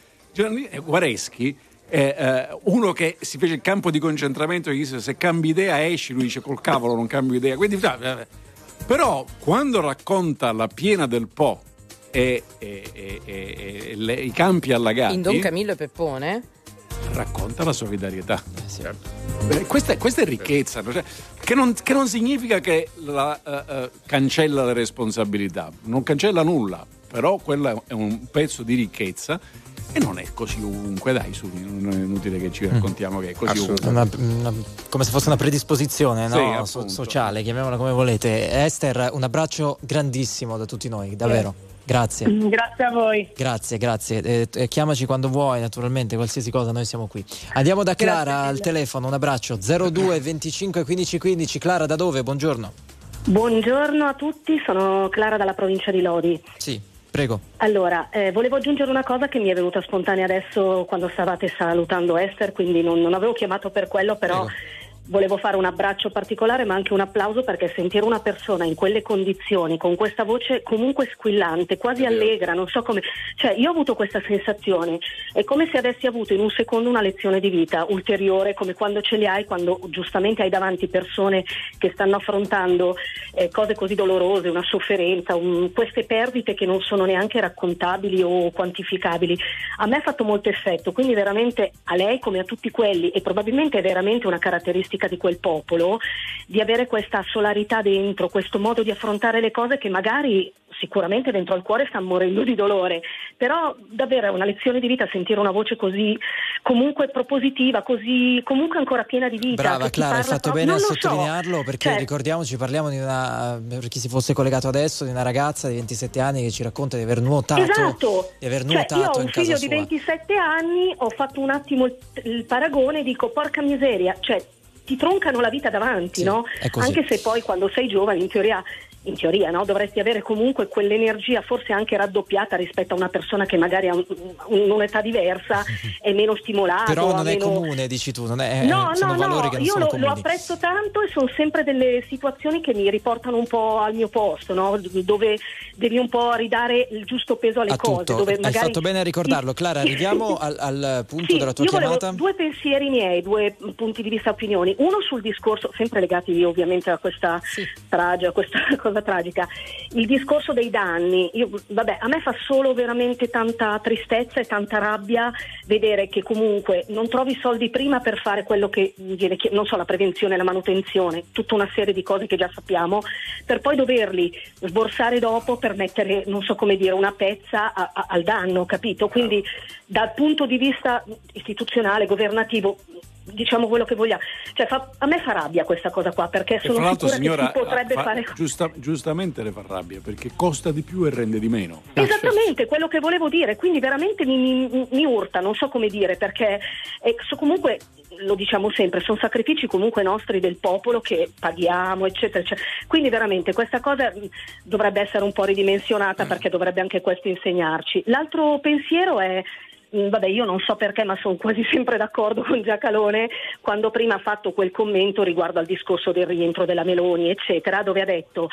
Guareschi è eh, uno che si fece il campo di concentramento e disse: se cambi idea esci, lui dice col cavolo non cambio idea, quindi eh, però quando racconta la piena del Po e, e, e, e, e le, i campi allagati In Don Camillo e Peppone racconta la solidarietà. Eh sì. Beh, questa, è, questa è ricchezza, cioè, che, non, che non significa che la, uh, uh, cancella le responsabilità, non cancella nulla, però quello è un pezzo di ricchezza. E non è così ovunque, dai, su, non è inutile che ci raccontiamo che è così ovunque. Una, una, come se fosse una predisposizione, no? Sì, so, sociale, chiamiamola come volete. Esther, un abbraccio grandissimo da tutti noi, davvero. Grazie. Grazie a voi. Grazie, grazie. Eh, eh, chiamaci quando vuoi, naturalmente, qualsiasi cosa, noi siamo qui. Andiamo da Clara al telefono, un abbraccio. zero due venticinque quindici quindici. Clara, da dove? Buongiorno. Buongiorno a tutti, sono Clara dalla provincia di Lodi. Sì. Prego. Allora, eh, volevo aggiungere una cosa che mi è venuta spontanea adesso quando stavate salutando Esther, quindi non, non avevo chiamato per quello, però Prego. volevo fare un abbraccio particolare ma anche un applauso, perché sentire una persona in quelle condizioni, con questa voce comunque squillante, quasi allegra, non so come, cioè io ho avuto questa sensazione, è come se avessi avuto in un secondo una lezione di vita ulteriore, come quando ce li hai, quando giustamente hai davanti persone che stanno affrontando eh, cose così dolorose, una sofferenza, un, queste perdite che non sono neanche raccontabili o quantificabili. A me ha fatto molto effetto, quindi veramente a lei come a tutti quelli, e probabilmente è veramente una caratteristica di quel popolo, di avere questa solarità dentro, questo modo di affrontare le cose che magari sicuramente dentro al cuore stanno morendo di dolore, però davvero è una lezione di vita sentire una voce così comunque propositiva, così comunque ancora piena di vita. Brava Clara, hai fatto bene a sottolinearlo, so. perché cioè, ricordiamoci, parliamo di una, per chi si fosse collegato adesso, di una ragazza di ventisette anni che ci racconta di aver nuotato, esatto. di aver Cioè, nuotato io ho in un casa figlio sua. di ventisette anni, ho fatto un attimo il, il paragone e dico porca miseria, cioè ti troncano la vita davanti, Sì, no? è così. Anche se poi quando sei giovane in teoria in teoria no? dovresti avere comunque quell'energia forse anche raddoppiata rispetto a una persona che magari ha un, un, un'età diversa, è meno stimolata. Però non è meno... comune, dici tu, non è, No, sono no, valori no, che non io sono lo, comuni. lo apprezzo tanto e sono sempre delle situazioni che mi riportano un po' al mio posto, no? Dove devi un po' ridare il giusto peso alle A cose. tutto. Dove Hai magari... fatto bene a ricordarlo. Clara, arriviamo al, al punto Sì, della tua io chiamata. volevo due pensieri miei, due punti di vista, opinioni. Uno sul discorso, sempre legati ovviamente a questa Sì. tragedia, a questa cosa tragica. Il discorso dei danni, io, vabbè, a me fa solo veramente tanta tristezza e tanta rabbia vedere che comunque non trovi soldi prima per fare quello che viene, non so, la prevenzione, la manutenzione, tutta una serie di cose che già sappiamo, per poi doverli sborsare dopo per mettere, non so come dire, una pezza a, a, al danno, capito? Quindi dal punto di vista istituzionale, governativo, diciamo quello che vogliamo, cioè fa, a me fa rabbia questa cosa qua, perché E sono fra l'altro, sicura signora, che si potrebbe fa- fare giusta- giustamente le fa rabbia perché costa di più e rende di meno. esattamente quello che volevo dire, quindi veramente mi, mi, mi urta, non so come dire, perché eh, so comunque lo diciamo sempre, sono sacrifici comunque nostri del popolo che paghiamo eccetera, eccetera. Quindi veramente questa cosa mh, dovrebbe essere un po' ridimensionata, perché dovrebbe anche questo insegnarci. L'altro pensiero è vabbè, io non so perché, ma sono quasi sempre d'accordo con Giacalone quando prima ha fatto quel commento riguardo al discorso del rientro della Meloni eccetera, dove ha detto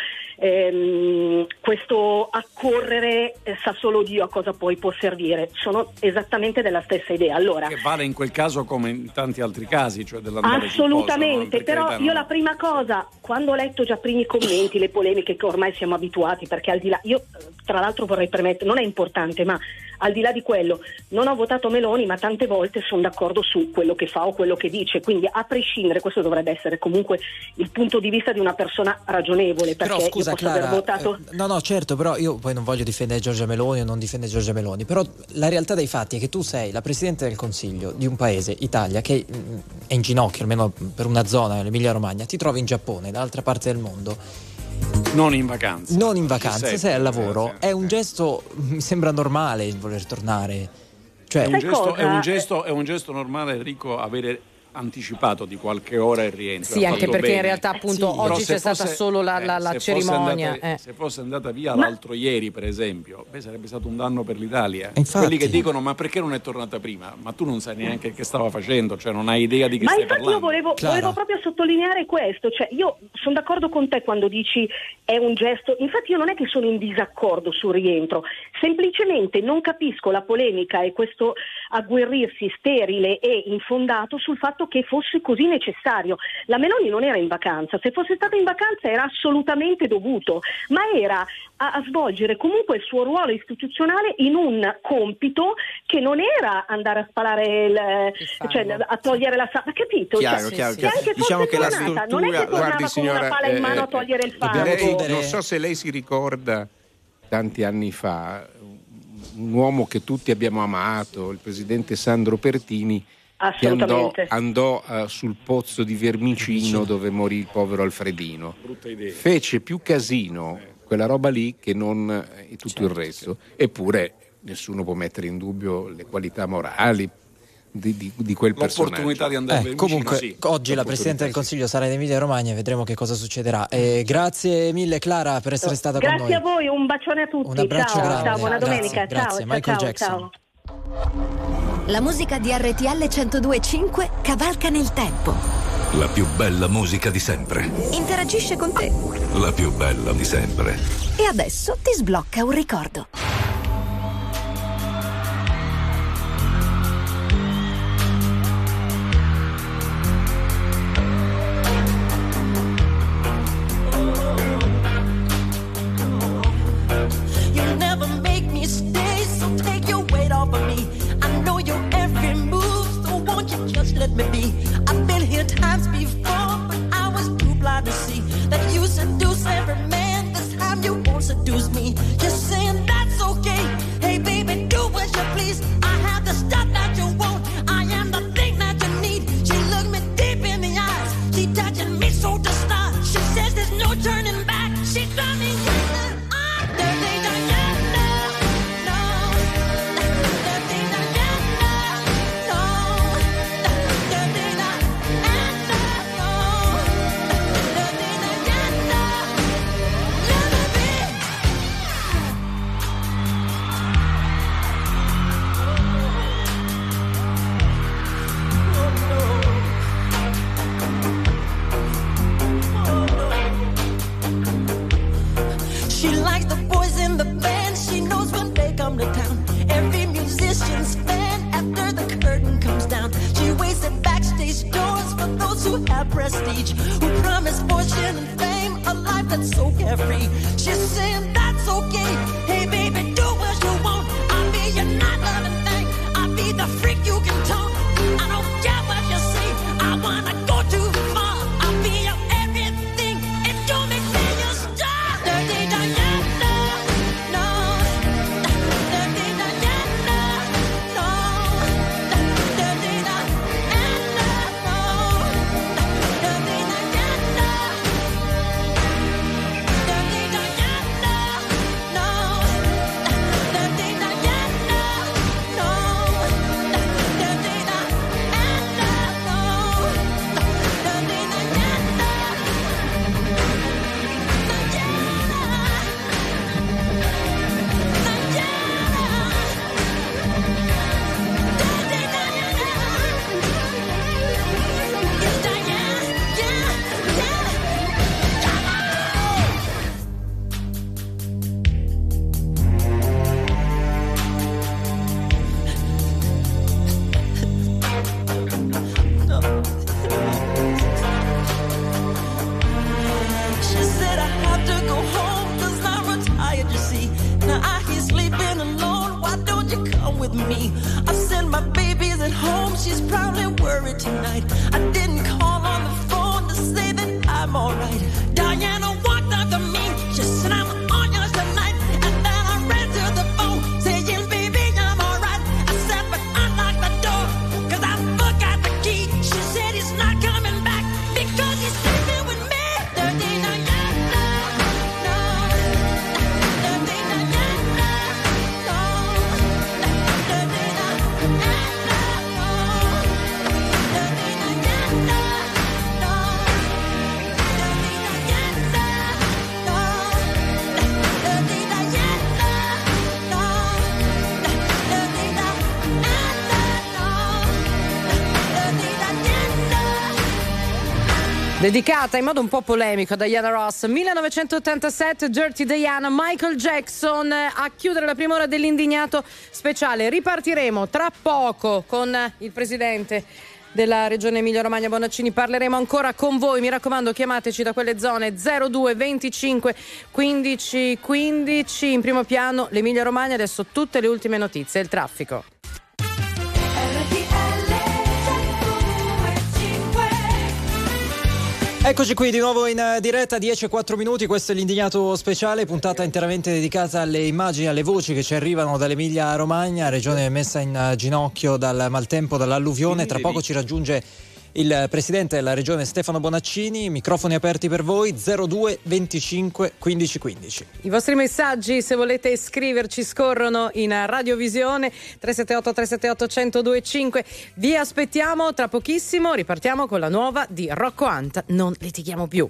ehm, questo accorrere eh, sa solo Dio a cosa poi può servire. Sono esattamente della stessa idea. Allora, Che vale in quel caso come in tanti altri casi, cioè dell'andare sul assolutamente, posto, no? Per però carità, io no. la prima cosa, quando ho letto già primi commenti, le polemiche che ormai siamo abituati, perché al di là, io tra l'altro vorrei permettere, non è importante, ma al di là di quello, non ho votato Meloni, ma tante volte sono d'accordo su quello che fa o quello che dice, quindi a prescindere questo dovrebbe essere comunque il punto di vista di una persona ragionevole, perché però scusa io posso Clara, aver votato eh, no no certo, però io poi non voglio difendere Giorgia Meloni o non difendere Giorgia Meloni, però la realtà dei fatti è che tu sei la Presidente del Consiglio di un paese, Italia, che mh, è in ginocchio, almeno per una zona, l'Emilia Romagna, ti trovi in Giappone, dall'altra parte del mondo, non in vacanza, non in vacanza, Sei, sei al lavoro, eh, è un gesto, mi sembra normale il voler tornare, cioè è un, gesto, è, un gesto, è un gesto normale, Enrico, avere anticipato di qualche ora il rientro. Sì, ha anche fatto perché bene. in realtà appunto Sì. oggi Però c'è se stata fosse- solo la, la- eh, la se cerimonia. Fosse andata, eh. Se fosse andata via l'altro ieri, per esempio, beh, sarebbe stato un danno per l'Italia. Infatti. Quelli che dicono ma perché non è tornata prima? Ma tu non sai neanche che stava facendo, cioè non hai idea di che Ma stai infatti parlando. io volevo, volevo proprio sottolineare questo, cioè io sono d'accordo con te quando dici è un gesto, infatti io non è che sono in disaccordo sul rientro, semplicemente non capisco la polemica e questo agguerrirsi sterile e infondato sul fatto che fosse così necessario. La Meloni non era in vacanza, se fosse stata in vacanza era assolutamente dovuto, ma era a, a svolgere comunque il suo ruolo istituzionale in un compito che non era andare a spalare il, cioè a togliere la sala, capito? Chiaro, Cioè, chiaro, se chiaro. anche Diciamo fosse che la tornata, non è struttura- che tornava Guardi, con una signora, pala in mano a eh, togliere il fango. Lei- non so se lei si ricorda tanti anni fa un uomo che tutti abbiamo amato, il presidente Sandro Pertini, che andò, Assolutamente. andò eh, sul pozzo di Vermicino dove morì il povero Alfredino. Brutta idea. Fece più casino quella roba lì che non eh, tutto il resto. Eppure nessuno può mettere in dubbio le qualità morali di, di, di quel personaggio. L'opportunità di andare Eh, vicino, comunque sì. oggi la Presidente del Consiglio sarà in Emilia Romagna e vedremo che cosa succederà. Eh, grazie mille Clara per essere stata con Grazie noi. a voi, un bacione a tutti. Un abbraccio ciao, grande. ciao, buona Grazie, domenica. grazie. Ciao, Michael ciao, Jackson. ciao. La musica di R T L centodue e cinque cavalca nel tempo. La più bella musica di sempre. Interagisce con te. La più bella di sempre. E adesso ti sblocca un ricordo. You never make me stay, so take your weight off of me. I know your every move, so won't you just let me be? I've been here times before, but I was too blind to see that you seduce every man. This time you won't seduce me. You're saying that's okay. Hey baby, do as you please. I have the stuff that you want. I am the thing that you need. She looked me deep in the eyes. She touching me so to start. She says there's no turning back. She's running. She likes the boys in the band. She knows when they come to town. Every musician's fan after the curtain comes down. She waits at backstage doors for those who have prestige, who promise fortune and fame, a life that's so carefree. She's saying that's okay. Hey baby, do what you want. I'll be your not loving thing. I'll be the freak you can talk. I don't care what you say. I wanna go too far. I'll be your everything. If you make me your star. Dirty Diana, no. Dirty Diana, no. Dirty Diana, no. Dirty Diana. Dirty Diana, no. Dirty worry tonight. I didn't call on the phone to say that I'm alright. Diana walked up to me, she said I'm on yours tonight. And then I ran to the phone saying, baby, I'm alright. I said, but unlock the door, cause I forgot the key. She said he's not coming back because he's sleeping with me. Dirty Diana, no. Dirty Diana, no. Dirty dedicata in modo un po' polemico a Diana Ross. millenovecentottantasette, Dirty Diana, Michael Jackson a chiudere la prima ora dell'Indignato speciale. Ripartiremo tra poco con il presidente della regione Emilia Romagna Bonaccini, parleremo ancora con voi, mi raccomando chiamateci da quelle zone. Zero due venticinque quindici quindici. In primo piano l'Emilia Romagna, adesso tutte le ultime notizie, il traffico. Eccoci qui di nuovo in diretta, dieci e quattro minuti, questo è l'Indignato speciale, puntata interamente dedicata alle immagini, alle voci che ci arrivano dall'Emilia Romagna, regione messa in ginocchio dal maltempo, dall'alluvione. Tra poco ci raggiunge il presidente della regione Stefano Bonaccini, microfoni aperti per voi, zero due venticinque quindici quindici. I vostri messaggi, se volete scriverci, scorrono in radiovisione tre sette otto tre sette otto uno zero due cinque. Vi aspettiamo tra pochissimo, ripartiamo con la nuova di Rocco Hunt, Non litighiamo più.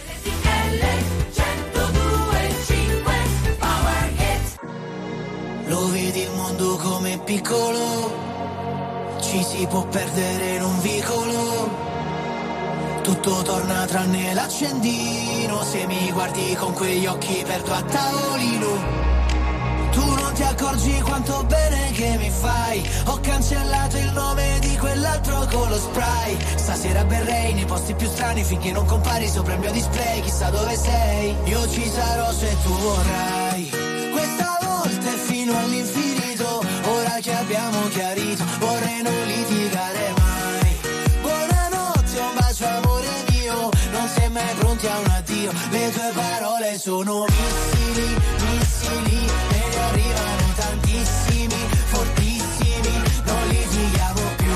Lo vedi il mondo come piccolo, ci si può perdere in un vicolo, tutto torna tranne l'accendino, se mi guardi con quegli occhi perdo a tavolino. Tu non ti accorgi quanto bene che mi fai, ho cancellato il nome di quell'altro con lo spray. Stasera berrei nei posti più strani finché non compari sopra il mio display, chissà dove sei. Io ci sarò se tu vorrai, questa volta è fino all'infinito, ora che abbiamo chiarito, vorrei non litigare mai. Buonanotte, un bacio amore mio, non sei mai pronti a un addio, le tue parole sono missili, missili, e ne arrivano tantissimi, fortissimi, non litighiamo più.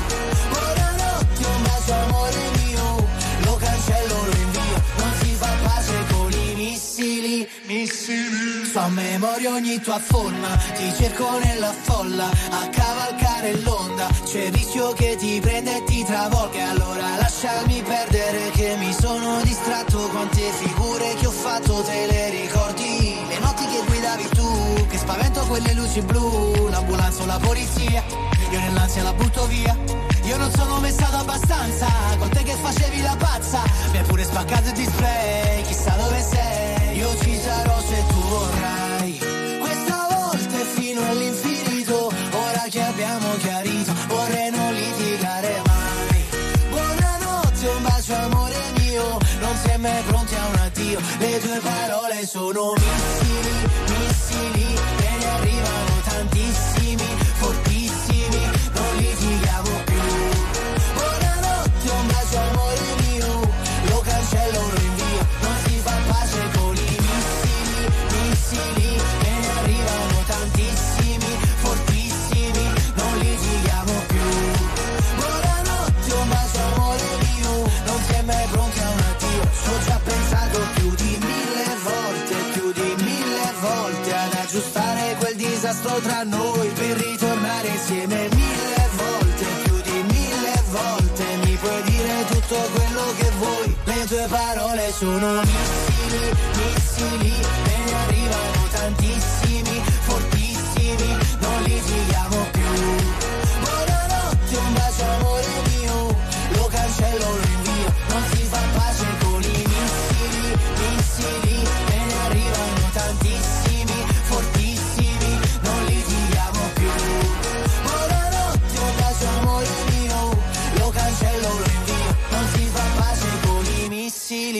Buonanotte, un bacio amore mio, lo cancello, lo invio, non si fa pace con i missili, missili. So a memoria ogni tua forma, ti cerco nella folla, a cavalcare l'onda, c'è il rischio che ti prenda e ti travolga, allora lasciami perdere che mi sono distratto, quante figure che ho fatto te le ricordi, le notti che guidavi tu, che spavento quelle luci blu, l'ambulanza o la polizia, io nell'ansia la butto via, io non sono mai stato abbastanza, con te che facevi la pazza, mi hai pure spaccato il display, chissà dove sei, io ci sarò se tu vorrai, questa volta è fino all'infinito, ora che abbiamo chiarito, vorrei non litigare mai. Buonanotte, un bacio amore mio, non sei mai pronti a un addio, le tue parole sono missili, missili, e ne arrivano tantissimi, fortissimi, non litighiamo più. Buonanotte, un bacio amore mio, lo cancello, lo invio, non si fa pace con i missili, missili, e ne arrivano tantissimi, fortissimi, non litighiamo più. Buonanotte, un bacio amore mio, non si è mai pronti a un addio, ci ho già pensato più di mille volte, più di mille volte, ad aggiustare quel disastro tra noi, per ritornare insieme mille volte, più di mille volte, mi puoi dire tutto quello che vuoi, le tue parole sono missili, missili, e ne arrivano tantissimi, fortissimi, non litighiamo più. Buonanotte, un bacio amore mio, lo cancello, lo invio, non si fa pace con i missili, missili, e ne arrivano tantissimi, fortissimi, non litighiamo più. Buonanotte, un bacio amore mio, lo cancello, lo invio, non si fa pace con i missili.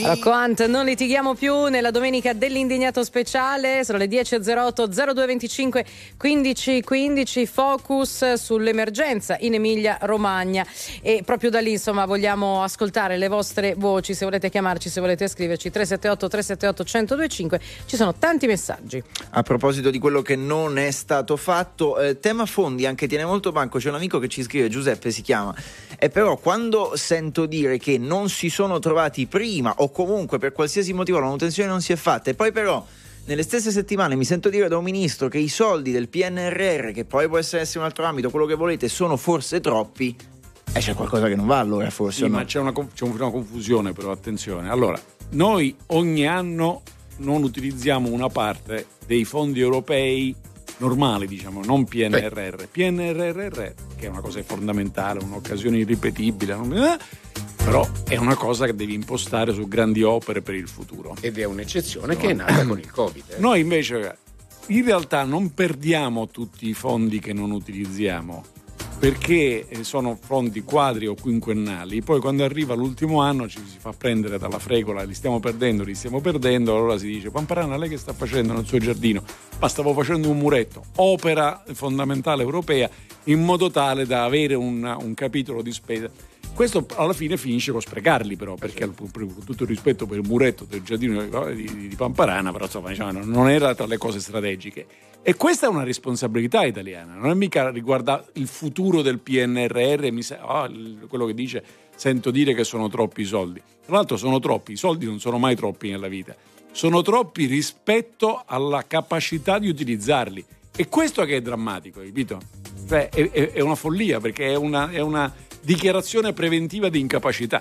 Rocco Hunt, non litighiamo più nella domenica dell'indignato speciale. Sono le dieci e zero otto zero due venticinque quindici quindici. Focus sull'emergenza in Emilia Romagna, e proprio da lì insomma vogliamo ascoltare le vostre voci. Se volete chiamarci, se volete scriverci, tre sette otto tre sette otto uno zero due cinque. Ci sono tanti messaggi. A proposito di quello che non è stato fatto, eh, tema fondi anche tiene molto banco. C'è un amico che ci scrive, Giuseppe si chiama, e però quando sento dire che non si sono trovati prima, o comunque per qualsiasi motivo la manutenzione non si è fatta, e poi però nelle stesse settimane mi sento dire da un ministro che i soldi del P N R R, che poi può essere un altro ambito, quello che volete, sono forse troppi, e c'è qualcosa che non va allora forse. Sì, no? ma c'è una, c'è una confusione però, attenzione. Allora, noi ogni anno non utilizziamo una parte dei fondi europei normali, diciamo, non P N R R. P N R R, che è una cosa fondamentale, un'occasione irripetibile, non... però è una cosa che devi impostare su grandi opere per il futuro. Ed è un'eccezione no. che è nata con il Covid. Eh. Noi invece in realtà non perdiamo tutti i fondi che non utilizziamo, perché sono fondi quadri o quinquennali. Poi quando arriva l'ultimo anno ci si fa prendere dalla fregola, li stiamo perdendo, li stiamo perdendo, allora si dice: Pamparana, lei che sta facendo nel suo giardino? Ma stavo facendo un muretto, opera fondamentale europea, in modo tale da avere un, un capitolo di spesa. Questo alla fine finisce con sprecarli, però, perché con tutto il rispetto per il muretto del giardino di, di Pamparana, però insomma, diciamo, non era tra le cose strategiche. E questa è una responsabilità italiana, non è mica riguarda il futuro del P N R R. Mi sa, oh, quello che dice, sento dire che sono troppi soldi. Tra l'altro sono troppi, i soldi non sono mai troppi nella vita, sono troppi rispetto alla capacità di utilizzarli. E questo che è drammatico, capito? Cioè, è, è, è una follia, perché è una, è una dichiarazione preventiva di incapacità.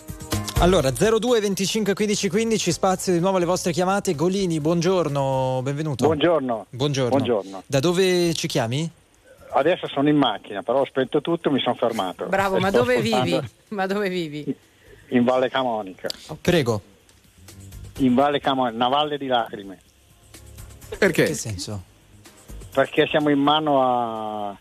Allora, zero due venticinque quindici quindici, spazio di nuovo alle vostre chiamate. Golini, buongiorno, benvenuto. Buongiorno. Buongiorno. Buongiorno. Da dove ci chiami? Adesso sono in macchina, però ho spento tutto, mi sono fermato. Bravo, ma dove vivi? Ma dove vivi? In Valle Camonica. Okay. Prego. In Valle Camonica, una valle di lacrime. Perché? In che senso? Perché siamo in mano a...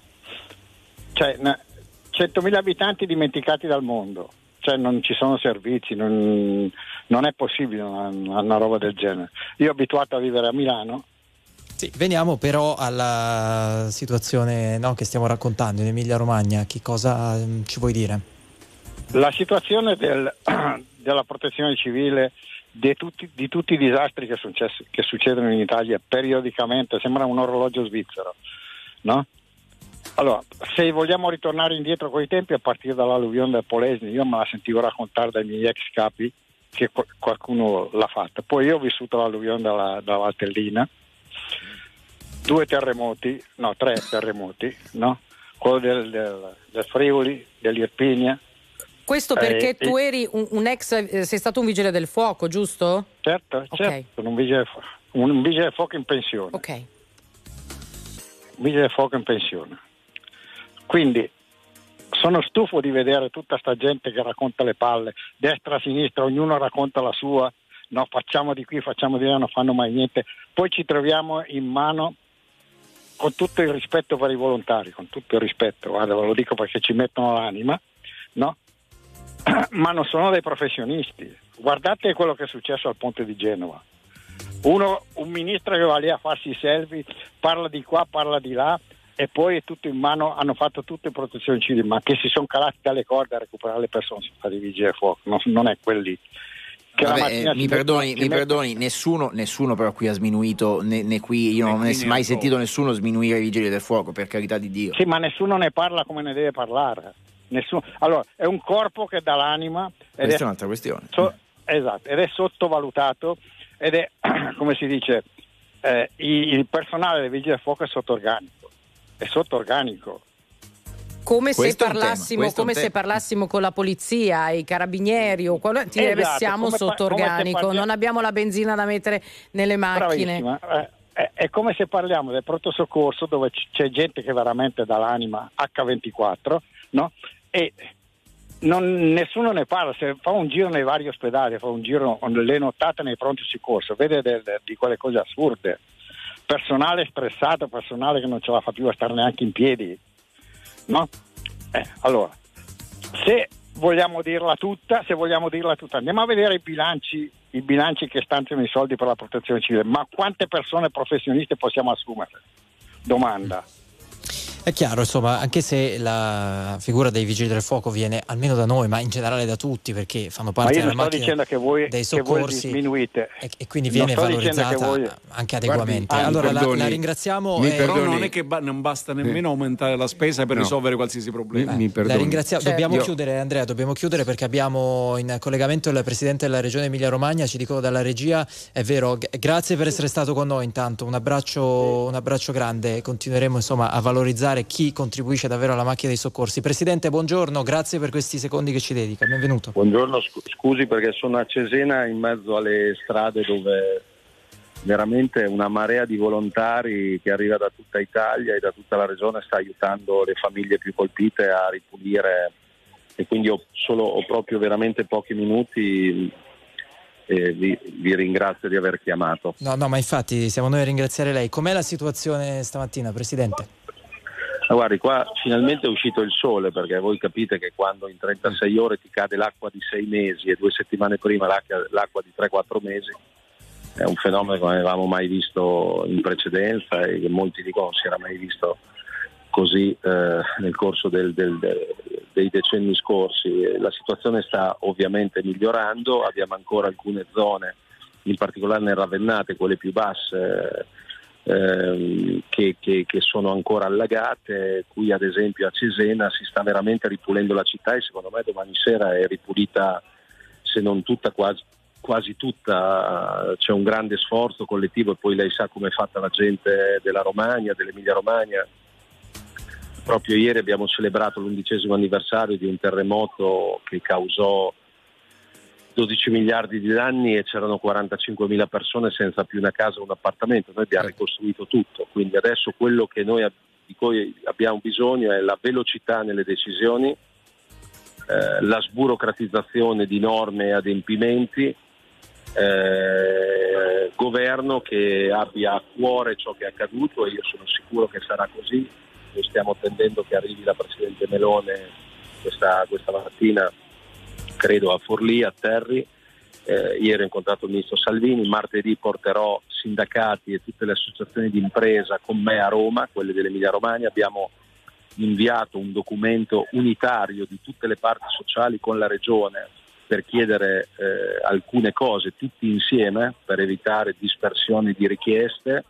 cioè, centomila abitanti dimenticati dal mondo. Cioè non ci sono servizi, non, non è possibile una, una roba del genere. Io abituato a vivere a Milano. Sì, veniamo però alla situazione, no, che stiamo raccontando in Emilia Romagna. Che cosa um, ci vuoi dire? La situazione del, della protezione civile, di tutti, di tutti i disastri che, success- che succedono in Italia periodicamente, sembra un orologio svizzero, no? Allora, se vogliamo ritornare indietro con i tempi, a partire dall'alluvione del Polesine, io me la sentivo raccontare dai miei ex capi che qualcuno l'ha fatta. Poi io ho vissuto l'alluvione della, della Valtellina, due terremoti, no, tre terremoti, no? Quello del, del, del Friuli, dell'Irpinia. Questo perché eh, tu eh, eri un, un ex, eh, sei stato un vigile del fuoco, giusto? Certo, okay. certo, sono un vigile, un vigile del fuoco in pensione. Ok. Un vigile del fuoco in pensione. Quindi sono stufo di vedere tutta sta gente che racconta le palle, destra, sinistra, ognuno racconta la sua, no, facciamo di qui, facciamo di là, non fanno mai niente. Poi ci troviamo in mano, con tutto il rispetto per i volontari, con tutto il rispetto, guarda, ve lo dico perché ci mettono l'anima, no? Ma non sono dei professionisti. Guardate quello che è successo al ponte di Genova. Uno, un ministro che va lì a farsi i selfie, parla di qua, parla di là, e poi è tutto in mano, hanno fatto tutte protezioni civili, ma che si sono calati dalle corde a recuperare le persone, sono stati vigili del fuoco, non, non è quelli. Che Vabbè, la mattina eh, mi si perdoni, mettono, mi si perdoni, mettono... nessuno, nessuno però qui ha sminuito, né, né qui, io né non ho mai sentito nessuno sminuire i vigili del fuoco, per carità di Dio. Sì, ma nessuno ne parla come ne deve parlare. Nessuno... Allora, è un corpo che dà l'anima. Ed Questa è... è un'altra questione. So... Esatto, ed è sottovalutato, ed è, come si dice, eh, il personale dei vigili del fuoco è sottorganico. È sottorganico. Come se Questo è un parlassimo, tema, come questo è se un tema. parlassimo con la polizia, i carabinieri o quello, ti Esatto, siamo come pa- sotto come se organico, parliamo- non abbiamo la benzina da mettere nelle macchine. Bravissima. Eh, è, è come se parliamo del pronto soccorso, dove c- c'è gente che veramente dà l'anima acca ventiquattro, no? E non, nessuno ne parla. Se fa un giro nei vari ospedali, fa un giro le nottate nei pronti soccorso, vede del, del, di quelle cose assurde. Personale stressato, personale che non ce la fa più a stare neanche in piedi, no? Eh, allora, se vogliamo dirla tutta, se vogliamo dirla tutta, andiamo a vedere i bilanci, i bilanci che stanziano i soldi per la protezione civile, ma quante persone professioniste possiamo assumere? Domanda. È chiaro, insomma, anche se la figura dei vigili del fuoco viene almeno da noi, ma in generale da tutti, perché fanno parte della macchina che voi, dei soccorsi, che voi e, e quindi viene valorizzata voi... anche adeguamente. Guardi, allora perdoni, la, la ringraziamo. Mi e... Però non è che ba- non basta nemmeno aumentare la spesa per No. risolvere qualsiasi problema. Mi, mi la ringraziamo. Certo. Dobbiamo Io... chiudere, Andrea, dobbiamo chiudere perché abbiamo in collegamento il presidente della regione Emilia Romagna, ci dicono dalla regia, è vero, g- grazie per essere stato con noi intanto, un abbraccio, un abbraccio grande, continueremo insomma a valorizzare chi contribuisce davvero alla macchina dei soccorsi. Presidente, buongiorno, grazie per questi secondi che ci dedica, benvenuto. Buongiorno, scusi perché sono a Cesena in mezzo alle strade dove veramente una marea di volontari che arriva da tutta Italia e da tutta la regione sta aiutando le famiglie più colpite a ripulire, e quindi ho, solo, ho proprio veramente pochi minuti e vi, vi ringrazio di aver chiamato. No, no, ma infatti siamo noi a ringraziare lei. Com'è la situazione stamattina, Presidente? Ma guardi, qua finalmente è uscito il sole, perché voi capite che quando in trentasei ore ti cade l'acqua di sei mesi e due settimane prima l'acqua, l'acqua di tre quattro mesi, è un fenomeno che non avevamo mai visto in precedenza e che molti dicono non si era mai visto così eh, nel corso del, del, del, dei decenni scorsi. La situazione sta ovviamente migliorando, abbiamo ancora alcune zone, in particolare nelle ravennate, quelle più basse, Ehm, che, che, che sono ancora allagate. Qui ad esempio a Cesena si sta veramente ripulendo la città e secondo me domani sera è ripulita, se non tutta, quasi, quasi tutta. C'è un grande sforzo collettivo e poi lei sa come è fatta la gente della Romagna, dell'Emilia Romagna. Proprio ieri abbiamo celebrato l'undicesimo anniversario di un terremoto che causò dodici miliardi di danni e c'erano quarantacinquemila persone senza più una casa o un appartamento. Noi abbiamo ricostruito tutto, quindi adesso quello che noi di cui abbiamo bisogno è la velocità nelle decisioni, eh, la sburocratizzazione di norme e adempimenti, eh, governo che abbia a cuore ciò che è accaduto, e io sono sicuro che sarà così. Noi stiamo attendendo che arrivi la Presidente Melone questa, questa mattina, credo a Forlì, a Terri. Eh, ieri ho incontrato il ministro Salvini, martedì porterò sindacati e tutte le associazioni di impresa con me a Roma, quelle dell'Emilia Romagna. Abbiamo inviato un documento unitario di tutte le parti sociali con la regione per chiedere eh, alcune cose tutti insieme per evitare dispersioni di richieste,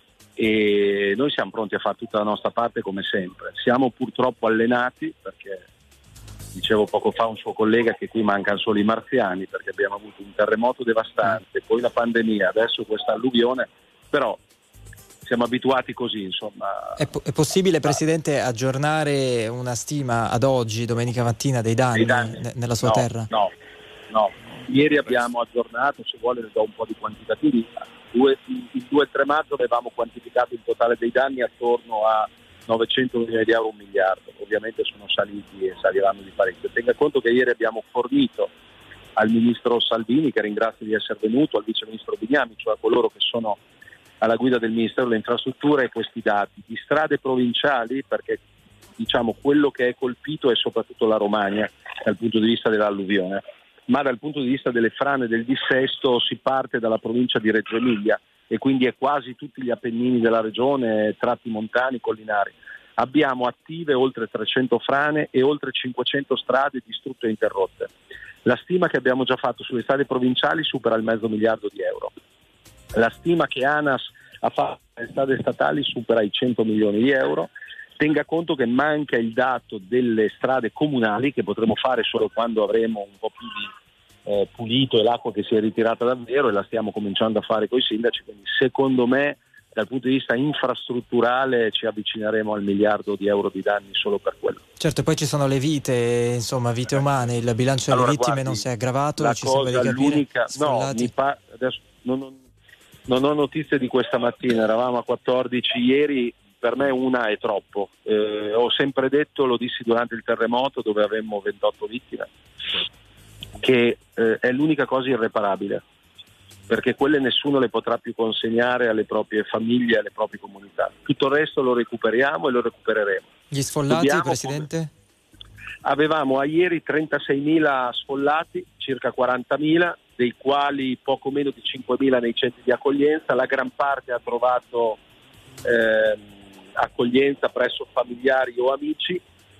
e noi siamo pronti a fare tutta la nostra parte come sempre. Siamo purtroppo allenati perché dicevo poco fa a un suo collega che qui mancano solo i marziani, perché abbiamo avuto un terremoto devastante, poi la pandemia, adesso questa alluvione, però siamo abituati così, insomma. È, po- è possibile, Presidente, aggiornare una stima ad oggi, domenica mattina, dei danni, dei danni? N- nella sua no, terra? No, no. Ieri abbiamo aggiornato, se vuole ne do un po' di quantitativi, due, il due e tre maggio avevamo quantificato il totale dei danni attorno a novecento milioni di euro, un miliardo. Ovviamente sono saliti e saliranno di parecchio. Tenga conto che ieri abbiamo fornito al ministro Salvini, che ringrazio di essere venuto, al vice ministro Bignami, cioè a coloro che sono alla guida del Ministero delle Infrastrutture, questi dati di strade provinciali, perché diciamo quello che è colpito è soprattutto la Romagna dal punto di vista dell'alluvione, ma dal punto di vista delle frane e del dissesto si parte dalla provincia di Reggio Emilia e quindi è quasi tutti gli Appennini della regione, tratti montani, collinari. Abbiamo attive oltre trecento frane e oltre cinquecento strade distrutte e interrotte. La stima che abbiamo già fatto sulle strade provinciali supera il mezzo miliardo di euro. La stima che ANAS ha fatto sulle strade statali supera i cento milioni di euro. Tenga conto che manca il dato delle strade comunali, che potremo fare solo quando avremo un po' più di eh, pulito e l'acqua che si è ritirata davvero, e la stiamo cominciando a fare con i sindaci, quindi secondo me dal punto di vista infrastrutturale ci avvicineremo al miliardo di euro di danni solo per quello. Certo, poi ci sono le vite, insomma, vite umane, il bilancio delle allora, vittime guardi, non si è aggravato, la ci cosa, sembra di capire. L'unica, no, mi pa- adesso non ho, non ho notizie di questa mattina, eravamo a quattordici ieri, per me una è troppo. Eh, ho sempre detto, lo dissi durante il terremoto dove avemmo ventotto vittime, che eh, è l'unica cosa irreparabile, perché quelle nessuno le potrà più consegnare alle proprie famiglie e alle proprie comunità. Tutto il resto lo recuperiamo e lo recupereremo. Gli sfollati, Dobbiamo, Presidente? avevamo a ieri trentaseimila sfollati, circa quarantamila, dei quali poco meno di cinquemila nei centri di accoglienza. La gran parte ha trovato eh, accoglienza presso familiari o amici.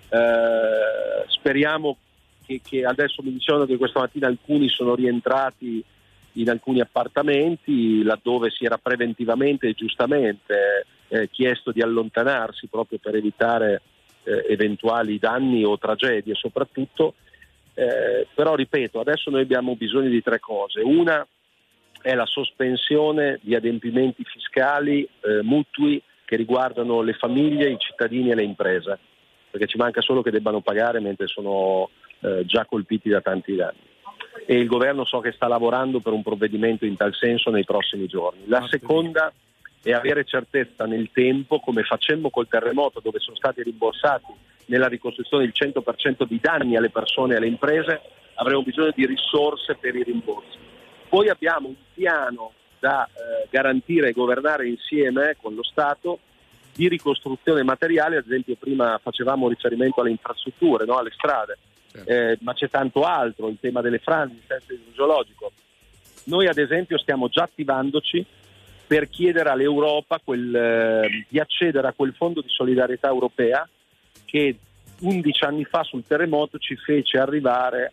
Eh, speriamo che, che adesso mi dicevano che questa mattina alcuni sono rientrati in alcuni appartamenti laddove si era preventivamente e giustamente eh, chiesto di allontanarsi proprio per evitare eh, eventuali danni o tragedie soprattutto. Eh, però ripeto, adesso noi abbiamo bisogno di tre cose. Una è la sospensione di adempimenti fiscali, eh, mutui che riguardano le famiglie, i cittadini e le imprese, perché ci manca solo che debbano pagare mentre sono eh, già colpiti da tanti danni. E il governo so che sta lavorando per un provvedimento in tal senso nei prossimi giorni. La seconda è avere certezza nel tempo, come facemmo col terremoto, dove sono stati rimborsati nella ricostruzione il cento per cento di danni alle persone e alle imprese. Avremo bisogno di risorse per i rimborsi. Poi abbiamo un piano da eh, garantire e governare insieme con lo Stato di ricostruzione materiale. Ad esempio prima facevamo riferimento alle infrastrutture, no? Alle strade. Eh, ma c'è tanto altro, il tema delle frane, il senso idrogeologico. Noi ad esempio stiamo già attivandoci per chiedere all'Europa quel, eh, di accedere a quel fondo di solidarietà europea che undici anni fa sul terremoto ci fece arrivare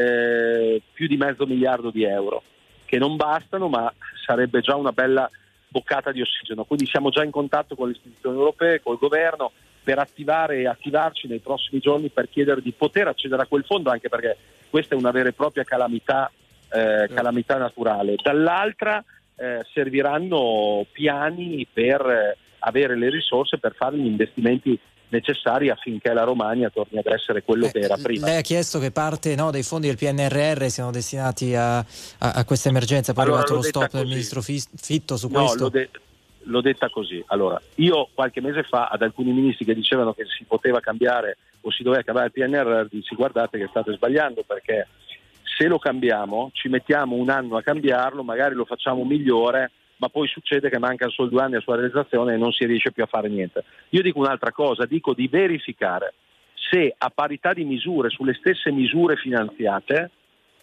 eh, più di mezzo miliardo di euro, che non bastano, ma sarebbe già una bella boccata di ossigeno. Quindi siamo già in contatto con le istituzioni europee, col governo, per attivare e attivarci nei prossimi giorni per chiedere di poter accedere a quel fondo, anche perché questa è una vera e propria calamità, eh, calamità naturale. Dall'altra eh, serviranno piani per eh, avere le risorse per fare gli investimenti necessari affinché la Romagna torni ad essere quello eh, che era prima. Lei ha chiesto che parte no, dei fondi del P N R R siano destinati a, a, a questa emergenza, poi allora, è arrivato lo stop così. del ministro Fitto su no, questo. L'ho, de- l'ho detta così. Allora, io qualche mese fa ad alcuni ministri che dicevano che si poteva cambiare o si doveva cambiare il P N R R dissi guardate che state sbagliando, perché se lo cambiamo ci mettiamo un anno a cambiarlo, magari lo facciamo migliore, ma poi succede che mancano solo due anni a sua realizzazione e non si riesce più a fare niente. Io dico un'altra cosa, dico di verificare se a parità di misure, sulle stesse misure finanziate,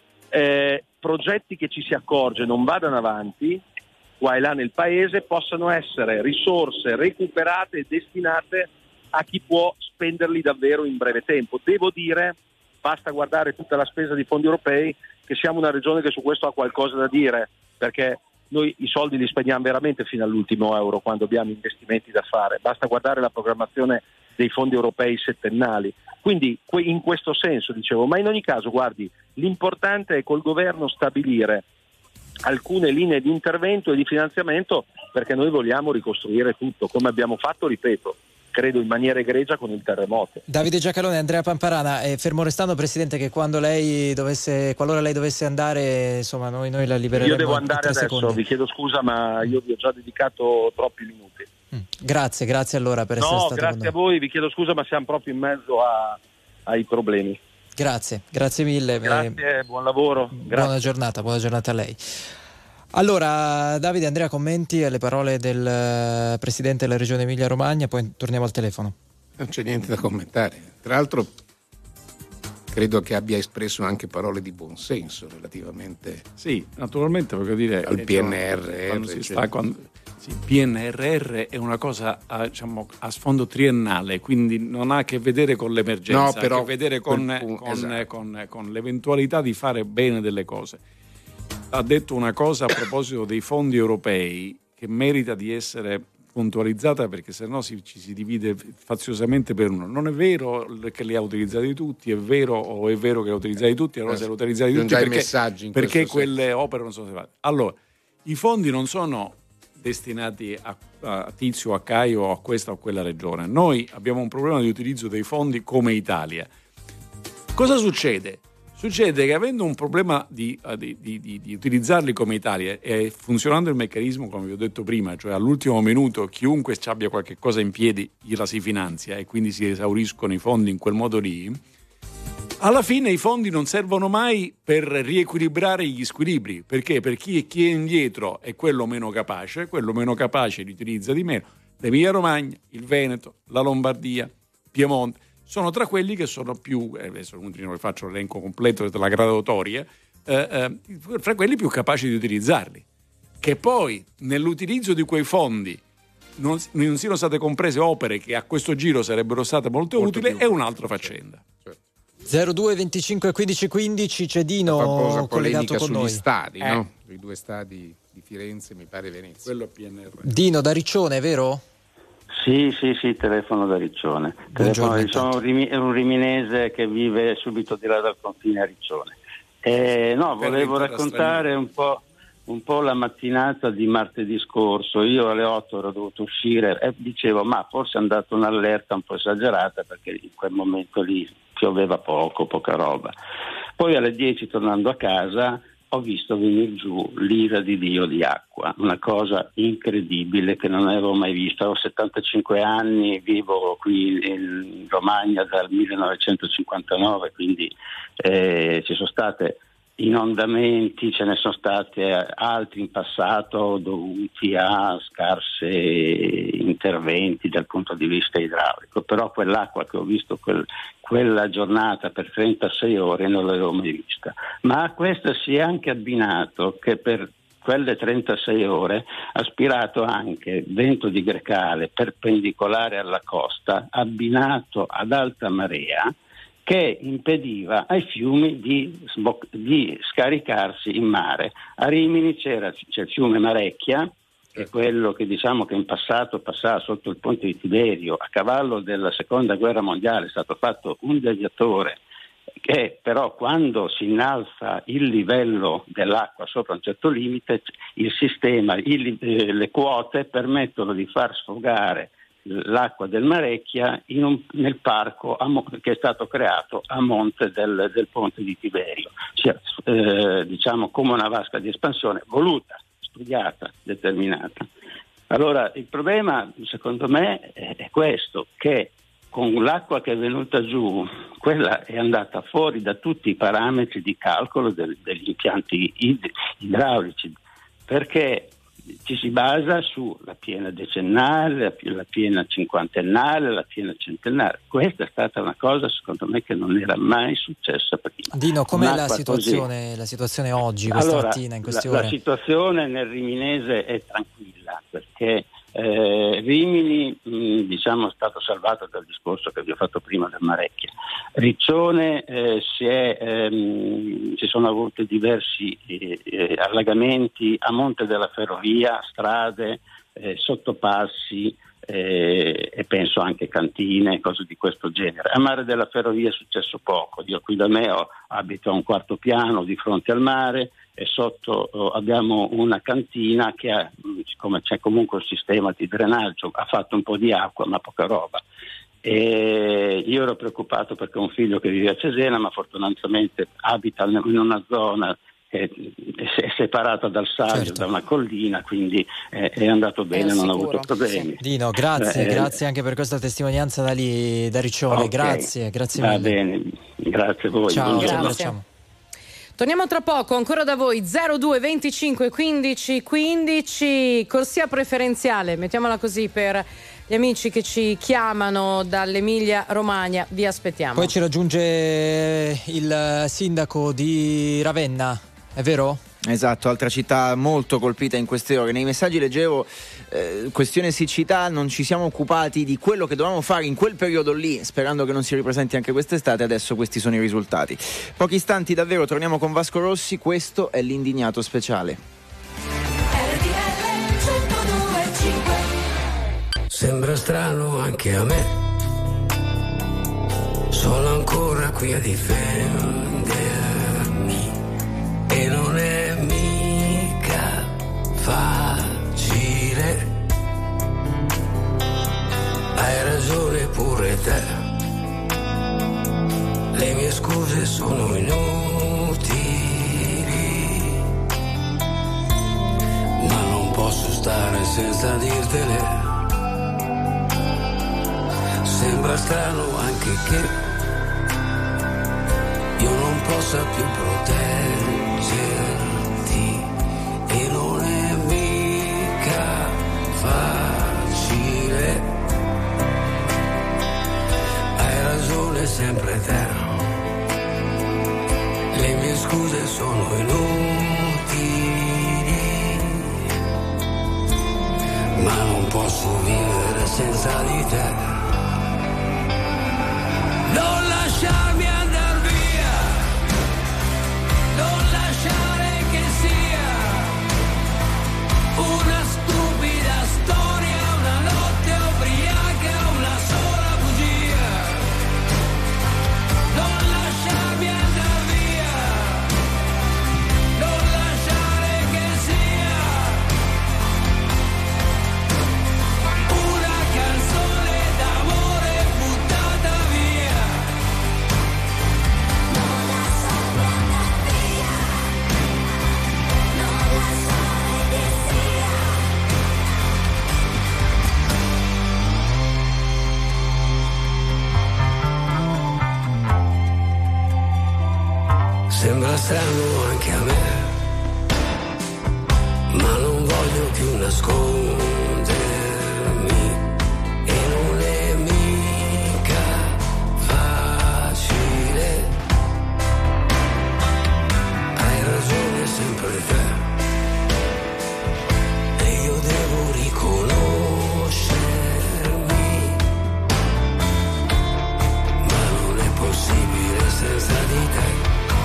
eh, progetti che ci si accorge non vadano avanti qua e là nel paese possano essere risorse recuperate e destinate a chi può spenderli davvero in breve tempo. Devo dire, basta guardare tutta la spesa di fondi europei, che siamo una regione che su questo ha qualcosa da dire, perché noi i soldi li spendiamo veramente fino all'ultimo euro quando abbiamo investimenti da fare. Basta guardare la programmazione dei fondi europei settennali. Quindi in questo senso dicevo, ma in ogni caso guardi, l'importante è col governo stabilire alcune linee di intervento e di finanziamento, perché noi vogliamo ricostruire tutto, come abbiamo fatto, ripeto, credo in maniera egregia con il terremoto. Davide Giacalone, Andrea Pamparana, eh, fermo restando Presidente che quando lei dovesse, qualora lei dovesse andare, insomma noi, noi la libereremo. Io devo andare adesso, secondi. Vi chiedo scusa ma io vi ho già dedicato troppi minuti. Mm. Grazie, grazie allora per essere no, stato grazie con noi. a voi, vi chiedo scusa ma siamo proprio in mezzo a, ai problemi. Grazie, grazie mille. Grazie, buon lavoro. Grazie. Buona giornata, buona giornata a lei. Allora, Davide, Andrea, commenti alle parole del Presidente della Regione Emilia-Romagna, poi torniamo al telefono. Non c'è niente da commentare. Tra l'altro credo che abbia espresso anche parole di buonsenso relativamente sì, naturalmente voglio dire al eh, P N R R. Quando si sta, quando, sì, il P N R R è una cosa a, diciamo, a sfondo triennale, quindi non ha a che vedere con l'emergenza, no, però, ha a che vedere con, punto, con, esatto. con, con l'eventualità di fare bene delle cose. Ha detto una cosa a proposito dei fondi europei che merita di essere puntualizzata, perché sennò si, ci si divide faziosamente per uno. Non è vero che li ha utilizzati tutti, è vero o è vero che li ha utilizzati tutti, allora se li ha utilizzati tutti già perché, i messaggi in perché quelle senso. opere non sono state fatte. Allora, i fondi non sono destinati a, a Tizio, a Caio o a questa o quella regione. Noi abbiamo un problema di utilizzo dei fondi come Italia. Cosa succede? Succede che avendo un problema di, di, di, di, di utilizzarli come Italia e funzionando il meccanismo, come vi ho detto prima, cioè all'ultimo minuto chiunque ci abbia qualche cosa in piedi gliela si finanzia e quindi si esauriscono i fondi in quel modo lì, alla fine i fondi non servono mai per riequilibrare gli squilibri. Perché? Per chi è, chi è indietro è quello meno capace, quello meno capace li utilizza di meno. L'Emilia Romagna, il Veneto, la Lombardia, Piemonte sono tra quelli che sono più, eh, adesso non faccio l'elenco completo della graduatoria, eh, eh, fra quelli più capaci di utilizzarli. Che poi nell'utilizzo di quei fondi non, non siano state comprese opere che a questo giro sarebbero state molto, molto utili, è un'altra faccenda. Certo. zero due venticinque quindici quindici, c'è Dino collegato con sugli noi. stadi, eh. no? I due stadi di Firenze, mi pare Venezia. Quello P N R. Dino da Riccione, vero? Sì, sì, sì, telefono da Riccione. Telefono da Riccione, un, rimi, un riminese che vive subito di là dal confine a Riccione. Eh, no, volevo raccontare un po', un po' la mattinata di martedì scorso. Io alle otto ero dovuto uscire e dicevo, ma forse è andata un'allerta un po' esagerata perché in quel momento lì pioveva poco, poca roba. Poi alle dieci, tornando a casa, ho visto venire giù l'ira di Dio di acqua, una cosa incredibile che non avevo mai visto. Ho settantacinque anni, vivo qui in Romagna dal millenovecentocinquantanove, quindi eh, ci sono state inondamenti, ce ne sono stati altri in passato dovuti a scarsi interventi dal punto di vista idraulico, però quell'acqua che ho visto quel, quella giornata per trentasei ore non l'avevo mai vista. Ma a questo si è anche abbinato che per quelle trentasei ore ha spirato anche vento di grecale perpendicolare alla costa, abbinato ad alta marea, che impediva ai fiumi di, sboc- di scaricarsi in mare. A Rimini c'era, c'è il fiume Marecchia, che è quello che diciamo che in passato passava sotto il ponte di Tiberio. A cavallo della seconda guerra mondiale è stato fatto un deviatore che però quando si innalza il livello dell'acqua sopra un certo limite, il sistema, il, eh, le quote permettono di far sfogare l'acqua del Marecchia in un, nel parco a, che è stato creato a monte del, del ponte di Tiberio, cioè, eh, diciamo come una vasca di espansione voluta, studiata, determinata. Allora il problema secondo me è, è questo, che con l'acqua che è venuta giù, quella è andata fuori da tutti i parametri di calcolo del, degli impianti id- idraulici, perché ci si basa sulla piena decennale, la piena cinquantennale, la piena centennale. Questa è stata una cosa secondo me che non era mai successa prima. Dino, com'è la situazione, la situazione oggi, questa allora, mattina, in queste la, ore? La situazione nel Riminese è tranquilla perché eh, Rimini mh, diciamo è stato salvato dal discorso che vi ho fatto prima del Marecchia. Riccione eh, si è, ehm, ci sono avuti diversi eh, eh, allagamenti a monte della ferrovia, strade, eh, sottopassi eh, e penso anche cantine, cose di questo genere. A Mare della Ferrovia è successo poco. Io qui da me ho, abito a un quarto piano di fronte al mare e sotto oh, abbiamo una cantina che ha, siccome c'è comunque un sistema di drenaggio, ha fatto un po' di acqua ma poca roba. E io ero preoccupato perché ho un figlio che vive a Cesena, ma fortunatamente abita in una zona che è separata dal Savio, certo, da una collina, quindi è, è andato bene, non ho avuto problemi. Sì. Dino, grazie, eh, grazie anche per questa testimonianza da lì, da Riccione, okay, grazie, grazie mille. Va bene, grazie a voi. Ciao, grazie. Torniamo tra poco, ancora da voi, zero due venticinque quindici quindici, corsia preferenziale, mettiamola così per gli amici che ci chiamano dall'Emilia Romagna, vi aspettiamo. Poi ci raggiunge il sindaco di Ravenna, è vero? Esatto, altra città molto colpita in queste ore. Nei messaggi leggevo eh, questione siccità, non ci siamo occupati di quello che dovevamo fare in quel periodo lì, sperando che non si ripresenti anche quest'estate. Adesso questi sono i risultati. Pochi istanti davvero, torniamo con Vasco Rossi, questo è l'Indignato Speciale. Sembra strano anche a me, sono ancora qui a difendermi e non è mica facile. Hai ragione pure te, le mie scuse sono inutili, ma non posso stare senza dirtele. Sembra strano anche che io non possa più proteggerti e non è mica facile. Hai ragione sempre te. Le mie scuse sono inutili, ma non posso vivere senza di te. Non lasciarmi andar via, non lasciare che sia una stupida storia, una notte ubriaca, una sola bugia. Non lasciarmi andar via, non lasciare che sia una canzone d'amore buttata via. Non lasciarmi andar via, non lasciare che sia. Sembra strano anche a me, ma non voglio più nascondermi, e non è mica facile. Hai ragione sempre te, e io devo riconoscermi, ma non è possibile senza di te.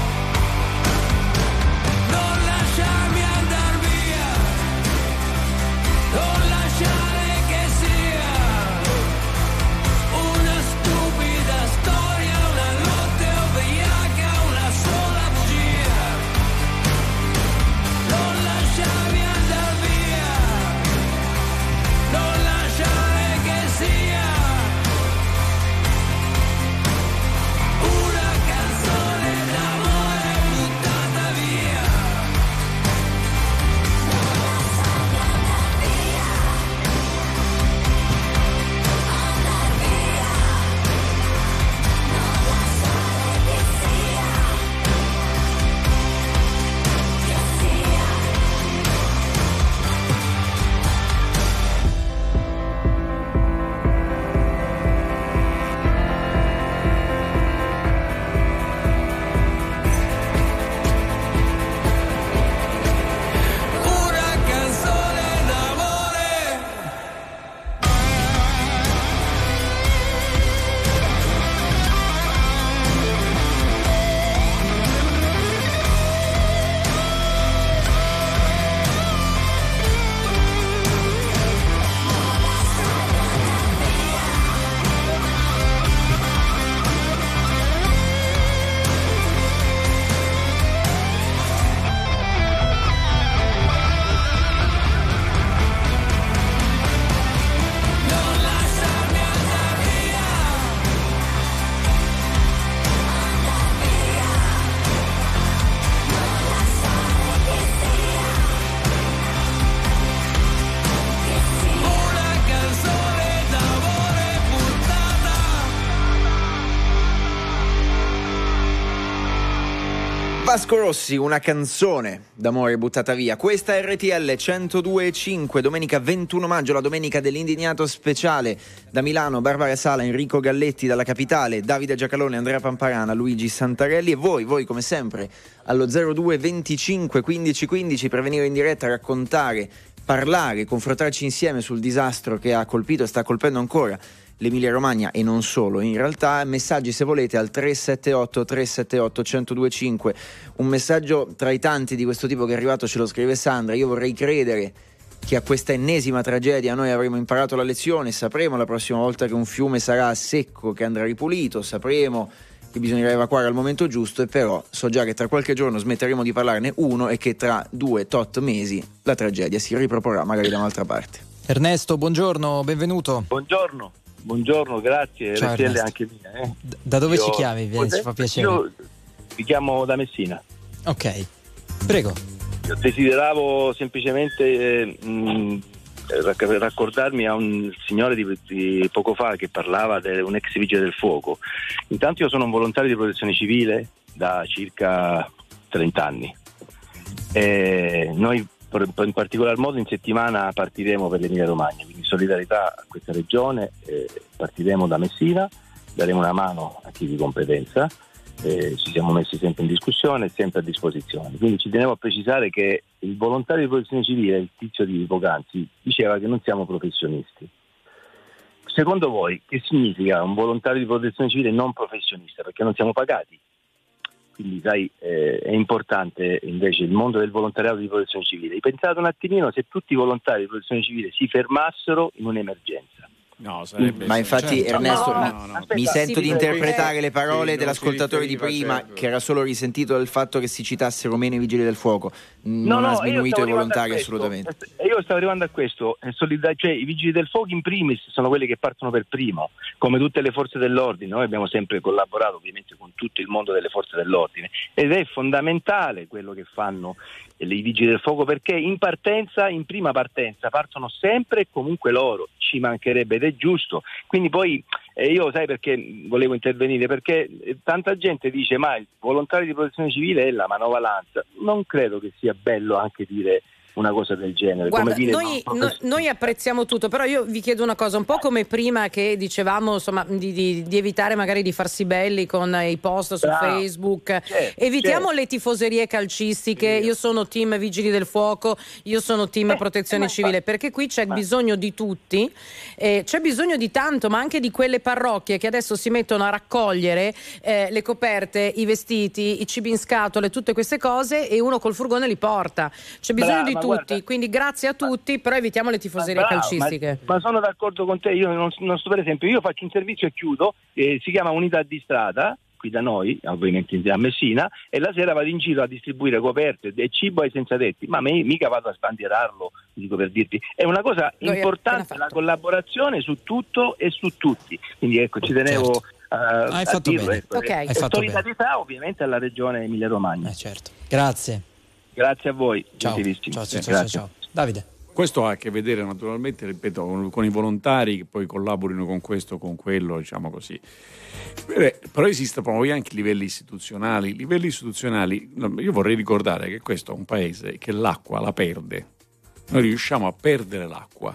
Non lasciarmi andar via, non lasciare che sia una stupida storia, una notte ubriaca, una sola bugia. Non lasciarmi andar via, non lasciare che sia una canzone d'amore buttata via. Una canzone d'amore. Una canzone d'amore buttata. Vasco Rossi, una canzone d'amore buttata via. Questa è R T L centodue e cinque, domenica ventuno maggio, la domenica dell'indignato speciale. Da Milano, Barbara Sala, Enrico Galletti, dalla capitale, Davide Giacalone, Andrea Pamparana, Luigi Santarelli e voi, voi come sempre, allo zero due venticinque quindici quindici per venire in diretta a raccontare, parlare, confrontarci insieme sul disastro che ha colpito e sta colpendo ancora l'Emilia Romagna e non solo. In realtà messaggi se volete al tre sette otto tre sette otto uno zero due cinque. Un messaggio tra i tanti di questo tipo che è arrivato ce lo scrive Sandra: io vorrei credere che a questa ennesima tragedia noi avremo imparato la lezione, sapremo la prossima volta che un fiume sarà secco che andrà ripulito, sapremo che bisognerà evacuare al momento giusto, e però so già che tra qualche giorno smetteremo di parlarne uno e che tra due tot mesi la tragedia si riproporrà magari da un'altra parte. Ernesto, buongiorno, benvenuto. Buongiorno. Buongiorno, grazie. Ciao, R T L Ernesto. anche mia. Eh. Da dove Io, ci chiami? Vieni, ci fa piacere. Io vi chiamo da Messina. Ok, prego. Io desideravo semplicemente eh, mh, raccordarmi a un signore di, di poco fa che parlava di un ex vigile del fuoco. Intanto io sono un volontario di protezione civile da circa trenta anni. E noi in particolar modo in settimana partiremo per l'Emilia Romagna, quindi solidarietà a questa regione, eh, partiremo da Messina daremo una mano a chi di competenza, eh, ci siamo messi sempre in discussione e sempre a disposizione. Quindi ci tenevo a precisare che il volontario di protezione civile, il tizio di poc'anzi, diceva che non siamo professionisti. Secondo voi che significa un volontario di protezione civile non professionista? Perché non siamo pagati. Quindi sai, eh, è importante invece il mondo del volontariato di protezione civile. Pensate un attimino se tutti i volontari di protezione civile si fermassero in un'emergenza. No, sarebbe ma infatti certo. Ernesto no, mi, no, no. mi Aspetta, sento sì, di interpretare eh, le parole sì, dell'ascoltatore di prima, certo. che era solo risentito dal fatto che si citassero meno i vigili del fuoco. No, Non no, ha sminuito i volontari questo, assolutamente. Io stavo arrivando a questo, eh, solidar- cioè, i vigili del fuoco in primis sono quelli che partono per primo, come tutte le forze dell'ordine. Noi abbiamo sempre collaborato ovviamente con tutto il mondo delle forze dell'ordine ed è fondamentale quello che fanno i vigili del fuoco, perché in partenza, in prima partenza, partono sempre e comunque loro, ci mancherebbe, ed è giusto. Quindi poi eh, io sai perché volevo intervenire, perché eh, tanta gente dice ma il volontario di protezione civile è la manovalanza. Non credo che sia bello anche dire una cosa del genere. Guarda, come dire, noi, no, no, noi apprezziamo tutto, però io vi chiedo una cosa, un po' come prima che dicevamo, insomma, di, di, di evitare magari di farsi belli con i post su Bravo. Facebook, Certo, evitiamo certo. le tifoserie calcistiche. Io sono team Vigili del Fuoco, io sono team Eh, Protezione ma- Civile, perché qui c'è ma- bisogno di tutti, eh, c'è bisogno di tanto, ma anche di quelle parrocchie che adesso si mettono a raccogliere eh, le coperte, i vestiti, i cibi in scatole, tutte queste cose, e uno col furgone li porta. C'è bisogno Brava, di tutti, guarda. quindi grazie a tutti, però evitiamo le tifoserie Bravo, calcistiche. Ma, ma sono d'accordo con te, io non, non sto, per esempio, io faccio un servizio e chiudo, eh, si chiama Unità di Strada, qui da noi, ovviamente a Messina, e la sera vado in giro a distribuire coperte e cibo ai senza tetti, ma me, mica vado a sbandierarlo, dico per dirti. È una cosa Noi importante la collaborazione su tutto e su tutti, quindi ecco, ci tenevo Certo. uh, Hai a fatto dirlo. bene. Ecco, Ok. e Hai fatto solidarietà ovviamente alla regione Emilia Romagna. Eh, certo. Grazie. Grazie a voi, Ciao. gentilissimi. Ciao, ciao, Eh, ciao, ciao, grazie. ciao. Davide. Questo ha a che vedere naturalmente, ripeto, con, con i volontari che poi collaborino con questo, con quello, diciamo così. Beh, però esistono poi anche livelli istituzionali. Livelli istituzionali, io vorrei ricordare che questo è un paese che l'acqua la perde. Noi riusciamo a perdere l'acqua.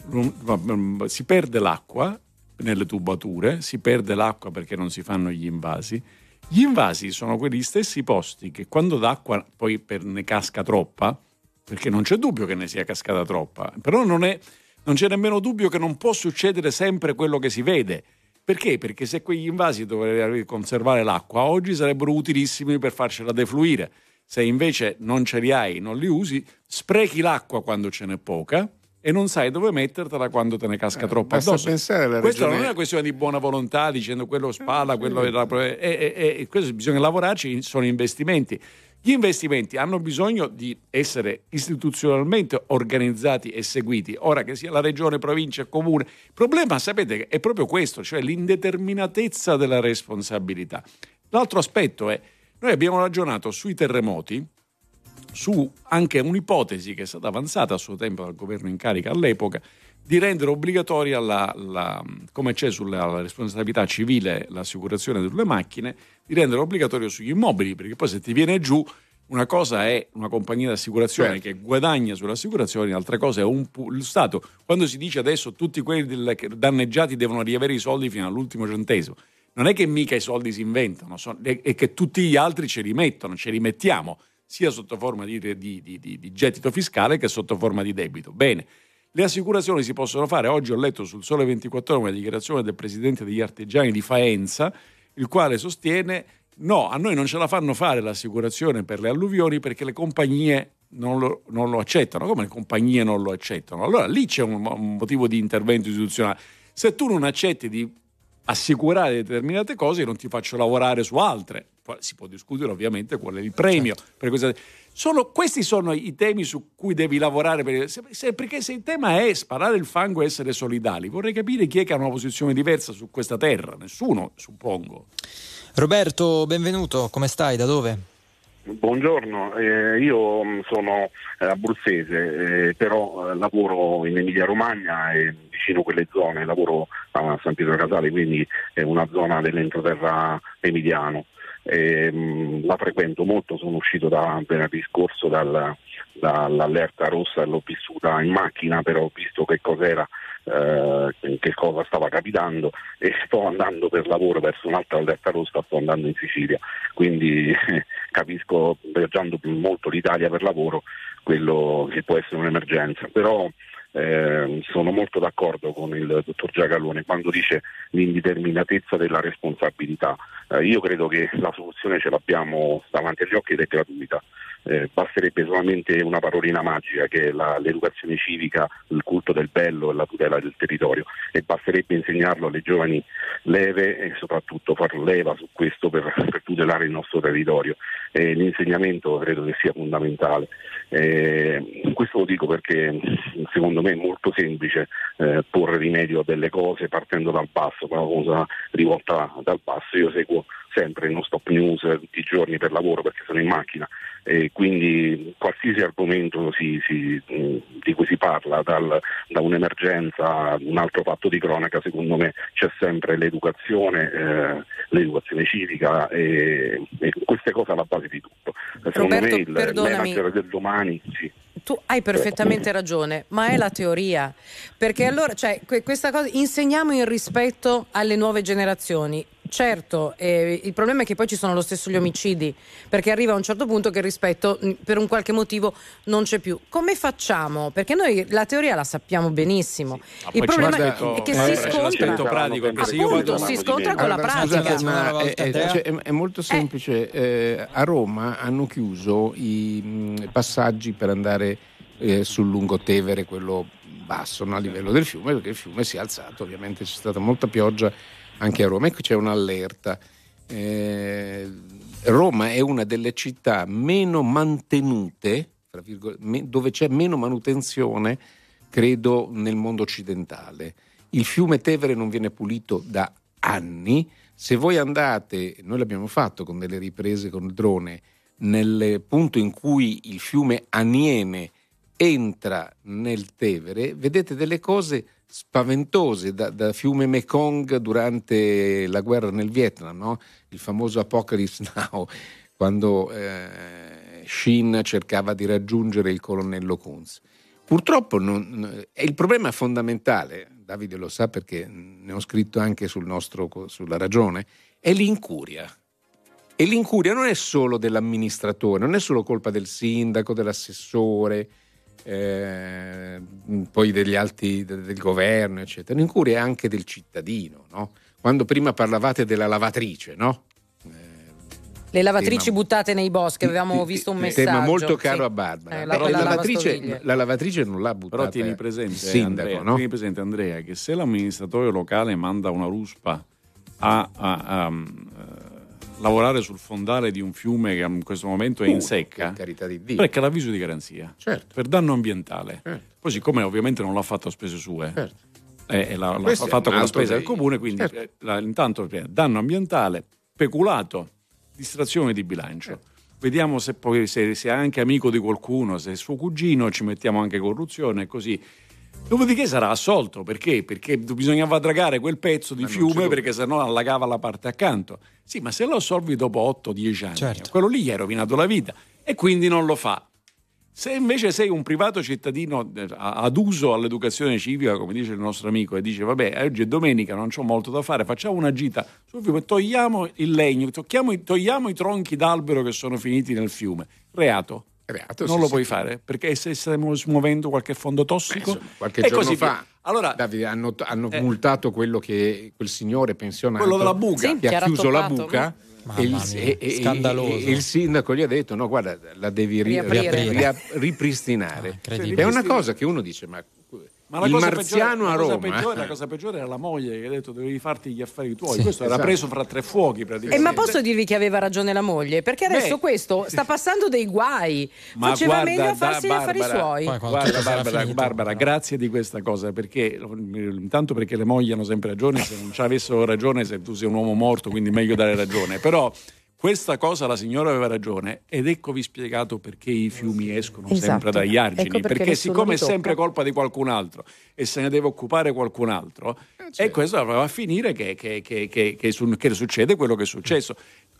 Si perde l'acqua nelle tubature, si perde l'acqua perché non si fanno gli invasi. Gli invasi sono quegli stessi posti che quando d'acqua poi per ne casca troppa, perché non c'è dubbio che ne sia cascata troppa, però non, è, non c'è nemmeno dubbio che non può succedere sempre quello che si vede. Perché? Perché se quegli invasi dovrebbero conservare l'acqua, oggi sarebbero utilissimi per farcela defluire. Se invece non ce li hai, non li usi, sprechi l'acqua quando ce n'è poca e non sai dove mettertela quando te ne casca eh, troppo basta addosso. Pensare alla Questa regione... non è una questione di buona volontà dicendo quello spalla, quello è la... e, e, e questo bisogna lavorarci, sono investimenti. Gli investimenti hanno bisogno di essere istituzionalmente organizzati e seguiti, ora che sia la regione, provincia, comune. Il problema, sapete, è proprio questo, cioè l'indeterminatezza della responsabilità. L'altro aspetto è, noi abbiamo ragionato sui terremoti, su anche un'ipotesi che è stata avanzata a suo tempo dal governo in carica all'epoca, di rendere obbligatoria, la, la, come c'è sulla responsabilità civile l'assicurazione delle macchine, di rendere obbligatorio sugli immobili, perché poi se ti viene giù, una cosa è una compagnia di assicurazione certo. che guadagna sulle assicurazioni, altra cosa è un, lo Stato. Quando si dice adesso tutti quelli del, danneggiati devono riavere i soldi fino all'ultimo centesimo, non è che mica i soldi si inventano, sono, è, è che tutti gli altri ce li mettono, ce li mettiamo, sia sotto forma di, di, di, di, di gettito fiscale che sotto forma di debito. Bene. Le assicurazioni si possono fare. Oggi ho letto sul Sole ventiquattro Ore una dichiarazione del presidente degli artigiani di Faenza, il quale sostiene no, a noi non ce la fanno fare l'assicurazione per le alluvioni perché le compagnie non lo, non lo accettano. Come le compagnie non lo accettano? Allora lì c'è un, un motivo di intervento istituzionale. Se tu non accetti di assicurare determinate cose, io non ti faccio lavorare su altre. Poi si può discutere ovviamente qual è il premio, certo. per questa... Sono, questi sono i temi su cui devi lavorare, per, se, se, perché se il tema è sparare il fango e essere solidali, vorrei capire chi è che ha una posizione diversa su questa terra. Nessuno, suppongo. Roberto, benvenuto, come stai? Da dove? Buongiorno, eh, io sono eh, abruzzese, eh, però eh, lavoro in Emilia Romagna e vicino a quelle zone, lavoro a San Pietro Casale, quindi è una zona dell'entroterra emiliano. Eh, mh, la frequento molto, sono uscito da venerdì scorso dal, dall'allerta rossa e l'ho vissuta in macchina, però ho visto che cos'era eh, che cosa stava capitando, e sto andando per lavoro verso un'altra allerta rossa, sto andando in Sicilia, quindi eh, capisco, viaggiando molto l'Italia per lavoro, quello che può essere un'emergenza, però Eh, sono molto d'accordo con il dottor Giacalone quando dice l'indeterminatezza della responsabilità. Eh, io credo che la soluzione ce l'abbiamo davanti agli occhi ed è gratuita. Eh, basterebbe solamente una parolina magica, che è la, l'educazione civica, il culto del bello e la tutela del territorio, e basterebbe insegnarlo alle giovani leve e soprattutto far leva su questo per, per tutelare il nostro territorio. Eh, l'insegnamento credo che sia fondamentale. Eh, questo lo dico perché secondo me è molto semplice eh, porre rimedio a delle cose partendo dal basso, una cosa rivolta dal basso. Io seguo sempre non stop news tutti i giorni per lavoro perché sono in macchina, e quindi qualsiasi argomento si, si, di cui si parla, dal, da un'emergenza ad un altro fatto di cronaca, secondo me c'è sempre l'educazione, eh, l'educazione civica, e, e queste cose alla base di tutto. Secondo Roberto, me il perdonami. manager del domani sì. Tu hai perfettamente ragione, ma è la teoria, perché allora, cioè, que- questa cosa, insegniamo il rispetto alle nuove generazioni. Certo, eh, il problema è che poi ci sono lo stesso gli omicidi, perché arriva a un certo punto che il rispetto mh, per un qualche motivo non c'è più. Come facciamo? Perché noi la teoria la sappiamo benissimo. Sì. Il problema guarda, è che eh, si c'è scontra, l'aspetto pratico, che se io appunto, vado si scontra con la Allora, pratica. scusate, ma è, è, cioè, è- è molto semplice. Eh, a Roma hanno chiuso i mh, passaggi per andare eh, sul Lungotevere, quello basso, no, a livello del fiume, perché il fiume si è alzato, ovviamente c'è stata molta pioggia anche a Roma, e qui c'è un'allerta. Eh, Roma è una delle città meno mantenute, tra virgolette, me- dove c'è meno manutenzione, credo, nel mondo occidentale. Il fiume Tevere non viene pulito da anni. Se voi andate, noi l'abbiamo fatto con delle riprese con il drone, nel punto in cui il fiume Aniene entra nel Tevere, vedete delle cose spaventose, da, da fiume Mekong durante la guerra nel Vietnam, no? Il famoso Apocalypse Now, quando eh, Shin cercava di raggiungere il colonnello Kunz. Purtroppo non, è il problema fondamentale, Davide lo sa perché ne ho scritto anche sul nostro, sulla Ragione, è l'incuria. E l'incuria non è solo dell'amministratore, non è solo colpa del sindaco, dell'assessore, eh, poi degli altri del, del governo, eccetera. L'incuria è anche del cittadino, no? Quando prima parlavate della lavatrice, no? Le lavatrici tema, buttate nei boschi, avevamo visto un messaggio. Tema molto caro sì. a Barbara. Eh, la, la, la lavatrice, la lavatrice non l'ha buttata. Però tieni presente, il sindaco, Andrea, no? tieni presente Andrea, che se l'amministratore locale manda una ruspa a, a, a, a lavorare sul fondale di un fiume che in questo momento è in Uh, secca, per carità di Dio. perché l'avviso di garanzia, certo, per danno ambientale. Certo. Poi siccome ovviamente non l'ha fatto a spese sue, certo. eh, l'ha, l'ha Questo è fatto un con la altro spesa dei- del comune, quindi certo. eh, la- intanto eh, danno ambientale, peculato, distrazione di bilancio. Certo. Vediamo se poi se, se è anche amico di qualcuno, se è suo cugino, ci mettiamo anche corruzione e così. Dopodiché sarà assolto, perché? Perché bisognava dragare quel pezzo di Ma non fiume, c'è perché sennò allagava la parte accanto. Sì, ma se lo assolvi dopo otto dieci anni, Certo. quello lì gli hai rovinato la vita e quindi non lo fa. Se invece sei un privato cittadino eh, ad uso all'educazione civica, come dice il nostro amico, e dice vabbè, oggi è domenica, non c'ho molto da fare, facciamo una gita sul fiume, togliamo il legno, tocchiamo i- togliamo i tronchi d'albero che sono finiti nel fiume. Reato. Reato, non sì, lo sì. puoi fare perché se stiamo smuovendo qualche fondo tossico. Insomma, qualche e giorno così fa via. Allora, Davide, hanno, hanno Eh. multato quello che quel signore pensionato, quello della buca. Sì, che che ha era chiuso la toppato, buca, Mamma e il, mia, e- e- scandaloso. e il sindaco gli ha detto no, guarda, la devi ri- Riaprire. ri- ria- ripristinare. Ah, incredibile. È una cosa che uno dice, ma, Ma la il cosa marziano peggiore, a la cosa Roma, peggiore, eh. la cosa peggiore era la moglie che ha detto dovevi farti gli affari tuoi. Sì, Questo era esatto. preso fra tre fuochi praticamente. Eh, ma posso dirvi che aveva ragione la moglie? Perché adesso Beh, questo sta passando dei guai. Ma Faceva guarda, meglio a farsi da- gli affari Barbara, suoi. Poi quando Guarda tutto sarà Barbara, finito, Barbara, no? grazie di questa cosa, perché intanto perché le mogli hanno sempre ragione, se non ci avessero ragione, se tu sei un uomo morto, quindi meglio dare ragione. Però questa cosa la signora aveva ragione ed eccovi spiegato perché i fiumi escono Esatto. sempre dagli argini, Ecco perché perché nessuno siccome è li tocca. sempre colpa di qualcun altro e se ne deve occupare qualcun altro, e questo va a finire che, che, che, che, che, su- che succede quello che è successo.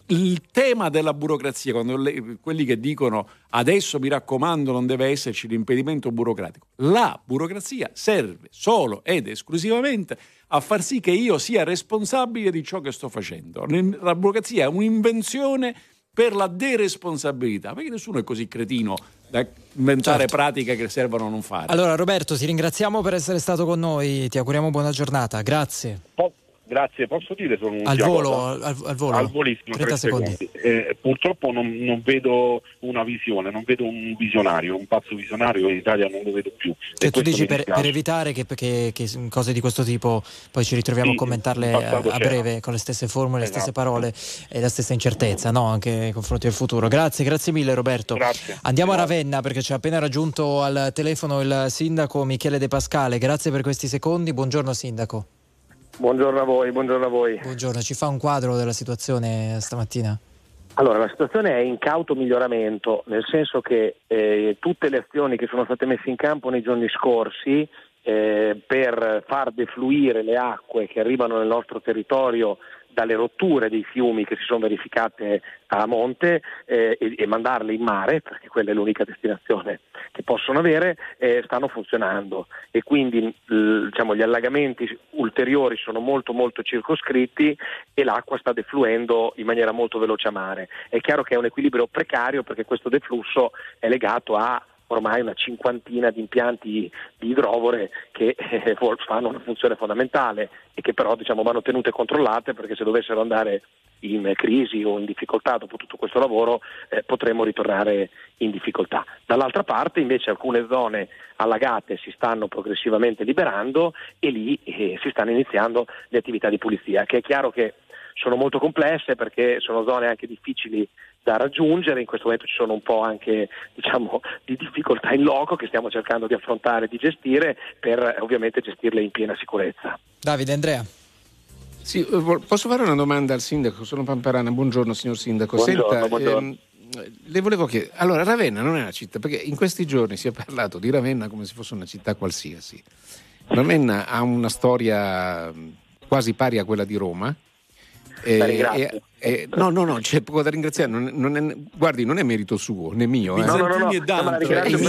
il tema della burocrazia, quando le, quelli che dicono adesso mi raccomando non deve esserci l'impedimento burocratico, la burocrazia serve solo ed esclusivamente a far sì che io sia responsabile di ciò che sto facendo. La burocrazia è un'invenzione per la deresponsabilità, perché nessuno è così cretino da inventare certo. pratiche che servono a non fare. Allora Roberto, ti ringraziamo per essere stato con noi, ti auguriamo buona giornata, grazie. Po- grazie, posso dire solo un al volo, al, al volo, al volissimo, trenta secondi. Eh, purtroppo non, non vedo una visione, non vedo un visionario, un pazzo visionario in Italia non lo vedo più. Cioè, tu dici per, per evitare che, che, che cose di questo tipo poi ci ritroviamo sì, a commentarle a, a breve con le stesse formule, esatto. le stesse parole e la stessa incertezza, no? Anche nei confronti del futuro. Grazie, grazie mille Roberto. Grazie. Andiamo a Ravenna perché ci ha appena raggiunto al telefono il sindaco Michele De Pascale. Grazie per questi secondi. Buongiorno sindaco. Buongiorno a voi, buongiorno a voi. Buongiorno, ci fa un quadro della situazione stamattina? Allora, la situazione è in cauto miglioramento, nel senso che eh, tutte le azioni che sono state messe in campo nei giorni scorsi eh, per far defluire le acque che arrivano nel nostro territorio dalle rotture dei fiumi che si sono verificate a monte eh, e, e mandarle in mare, perché quella è l'unica destinazione che possono avere, eh, stanno funzionando e quindi l, diciamo, gli allagamenti ulteriori sono molto molto circoscritti e l'acqua sta defluendo in maniera molto veloce a mare. È chiaro che è un equilibrio precario perché questo deflusso è legato a ormai una cinquantina di impianti di idrovore che eh, fanno una funzione fondamentale e che però diciamo vanno tenute controllate, perché se dovessero andare in crisi o in difficoltà dopo tutto questo lavoro eh, potremmo ritornare in difficoltà. Dall'altra parte invece alcune zone allagate si stanno progressivamente liberando e lì eh, si stanno iniziando le attività di pulizia, che è chiaro che sono molto complesse perché sono zone anche difficili da raggiungere. In questo momento ci sono un po' anche diciamo di difficoltà in loco che stiamo cercando di affrontare e di gestire per eh, ovviamente gestirle in piena sicurezza. Davide, Andrea. Sì, posso fare una domanda al sindaco? Sono Pamparana, buongiorno signor sindaco. Buongiorno, Senta, buongiorno. Ehm, le volevo chiedere, allora Ravenna non è una città, perché in questi giorni si è parlato di Ravenna come se fosse una città qualsiasi. Ravenna ha una storia quasi pari a quella di Roma. Eh, eh, eh, no, no, no, c'è poco da ringraziare. Non, non è, guardi, non è merito suo né mio. Eh. No, no, no, no. E Dante. Cioè, C'è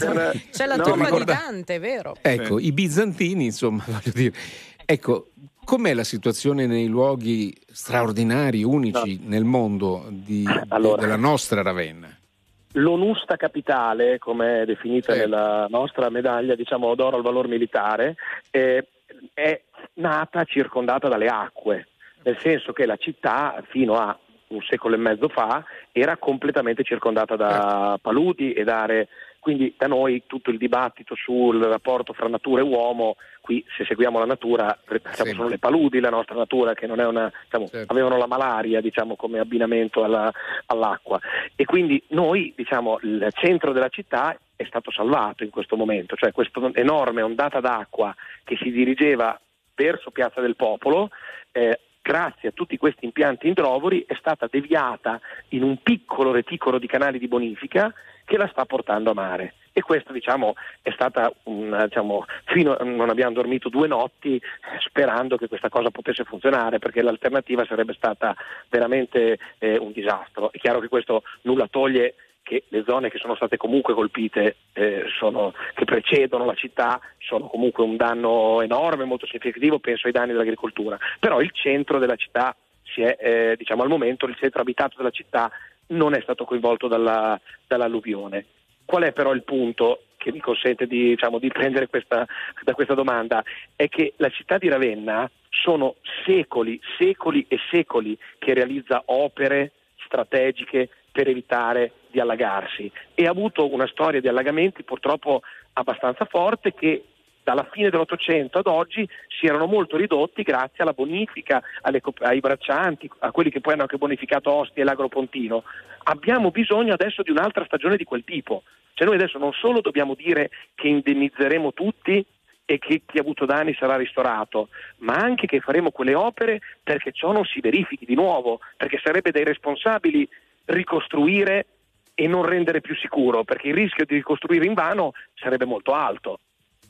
la no, tomba ricorda... di Dante, è vero? Ecco, i bizantini, insomma, voglio dire. Ecco, com'è la situazione nei luoghi straordinari, unici no. nel mondo di, allora, della nostra Ravenna? L'onusta capitale, come è definita certo. nella nostra medaglia, diciamo, d'oro al valor militare, eh, è nata circondata dalle acque. Nel senso che la città fino a un secolo e mezzo fa era completamente circondata da paludi ed aree, quindi da noi tutto il dibattito sul rapporto fra natura e uomo, qui se seguiamo la natura diciamo, sì. sono le paludi la nostra natura, che non è una diciamo, certo. avevano la malaria diciamo come abbinamento alla, all'acqua, e quindi noi diciamo il centro della città è stato salvato in questo momento, cioè questa enorme ondata d'acqua che si dirigeva verso Piazza del Popolo eh, grazie a tutti questi impianti idrovori è stata deviata in un piccolo reticolo di canali di bonifica che la sta portando a mare. E questo diciamo è stata una, diciamo, fino non abbiamo dormito due notti sperando che questa cosa potesse funzionare, perché l'alternativa sarebbe stata veramente eh, un disastro. È chiaro che questo nulla toglie che le zone che sono state comunque colpite, eh, sono, che precedono la città, sono comunque un danno enorme, molto significativo, penso ai danni dell'agricoltura. Però il centro della città, si è, eh, diciamo al momento, il centro abitato della città non è stato coinvolto dalla, dall'alluvione. Qual è però il punto che mi consente di, diciamo, di prendere questa, da questa domanda? È che la città di Ravenna sono secoli, secoli e secoli che realizza opere strategiche per evitare di allagarsi, e ha avuto una storia di allagamenti purtroppo abbastanza forte che dalla fine dell'Ottocento ad oggi si erano molto ridotti grazie alla bonifica, alle, ai braccianti, a quelli che poi hanno anche bonificato Ostia e l'Agropontino. Abbiamo bisogno adesso di un'altra stagione di quel tipo, cioè noi adesso non solo dobbiamo dire che indennizzeremo tutti e che chi ha avuto danni sarà ristorato, ma anche che faremo quelle opere perché ciò non si verifichi di nuovo, perché sarebbe dai responsabili ricostruire e non rendere più sicuro, perché il rischio di ricostruire invano sarebbe molto alto.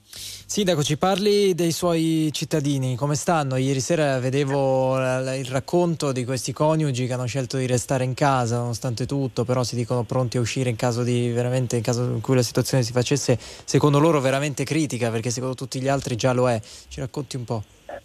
Sindaco, ci parli dei suoi cittadini, come stanno? Ieri sera vedevo il racconto di questi coniugi che hanno scelto di restare in casa nonostante tutto, però si dicono pronti a uscire in caso di veramente in caso in cui la situazione si facesse secondo loro veramente critica, perché secondo tutti gli altri già lo è. Ci racconti un po'?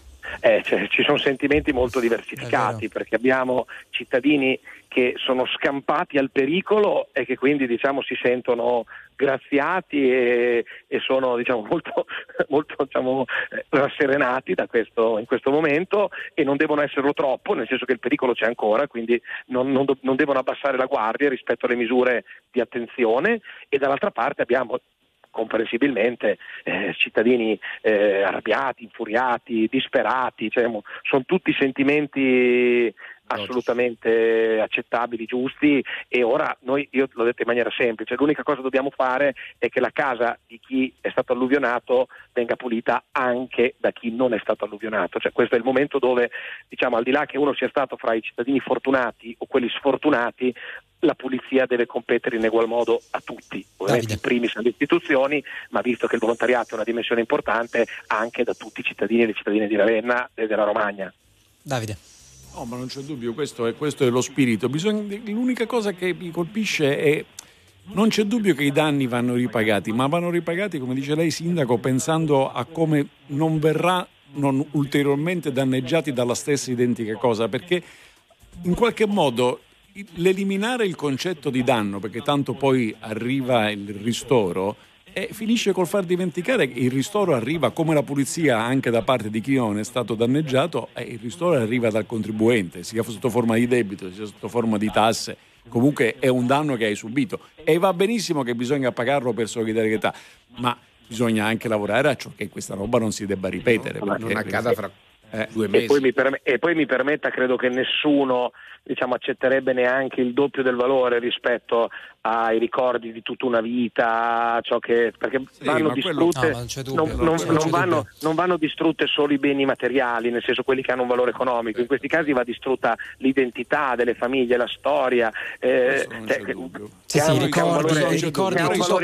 Eh, cioè, ci sono sentimenti molto diversificati, perché abbiamo cittadini che sono scampati al pericolo e che quindi diciamo si sentono graziati e, e sono diciamo molto, molto diciamo, rasserenati da questo, in questo momento, e non devono esserlo troppo, nel senso che il pericolo c'è ancora, quindi non, non, non devono abbassare la guardia rispetto alle misure di attenzione. E dall'altra parte abbiamo comprensibilmente eh, cittadini eh, arrabbiati, infuriati, disperati, cioè, sono tutti sentimenti assolutamente accettabili, giusti, e ora noi, io l'ho detto in maniera semplice, l'unica cosa che dobbiamo fare è che la casa di chi è stato alluvionato venga pulita anche da chi non è stato alluvionato, cioè questo è il momento dove, diciamo, al di là che uno sia stato fra i cittadini fortunati o quelli sfortunati, la pulizia deve competere in egual modo a tutti, ovviamente in primis alle istituzioni, ma visto che il volontariato è una dimensione importante, anche da tutti i cittadini e le cittadine di Ravenna e della Romagna. Davide. No, ma non c'è dubbio, questo è, questo è lo spirito. Bisogna, l'unica cosa che mi colpisce è non c'è dubbio che i danni vanno ripagati, ma vanno ripagati, come dice lei, Sindaco, pensando a come non verrà non ulteriormente danneggiati dalla stessa identica cosa, perché in qualche modo l'eliminare il concetto di danno, perché tanto poi arriva il ristoro, e finisce col far dimenticare che il ristoro arriva come la pulizia anche da parte di chi non è stato danneggiato, e il ristoro arriva dal contribuente, sia sotto forma di debito sia sotto forma di tasse. Comunque è un danno che hai subito e va benissimo che bisogna pagarlo per solidarietà, ma bisogna anche lavorare a ciò che questa roba non si debba ripetere, no, non accada fra eh, due mesi. E poi, mi perm- e poi mi permetta, credo che nessuno diciamo accetterebbe neanche il doppio del valore rispetto ai ricordi di tutta una vita, ciò che perché sì, vanno distrutte, quello... no, non, non, non, non, vanno, non vanno distrutte solo i beni materiali, nel senso quelli che hanno un valore economico, in questi casi va distrutta l'identità delle famiglie, la storia, eh, cioè, che, sì, sì, un, ricordi, valore, ricordi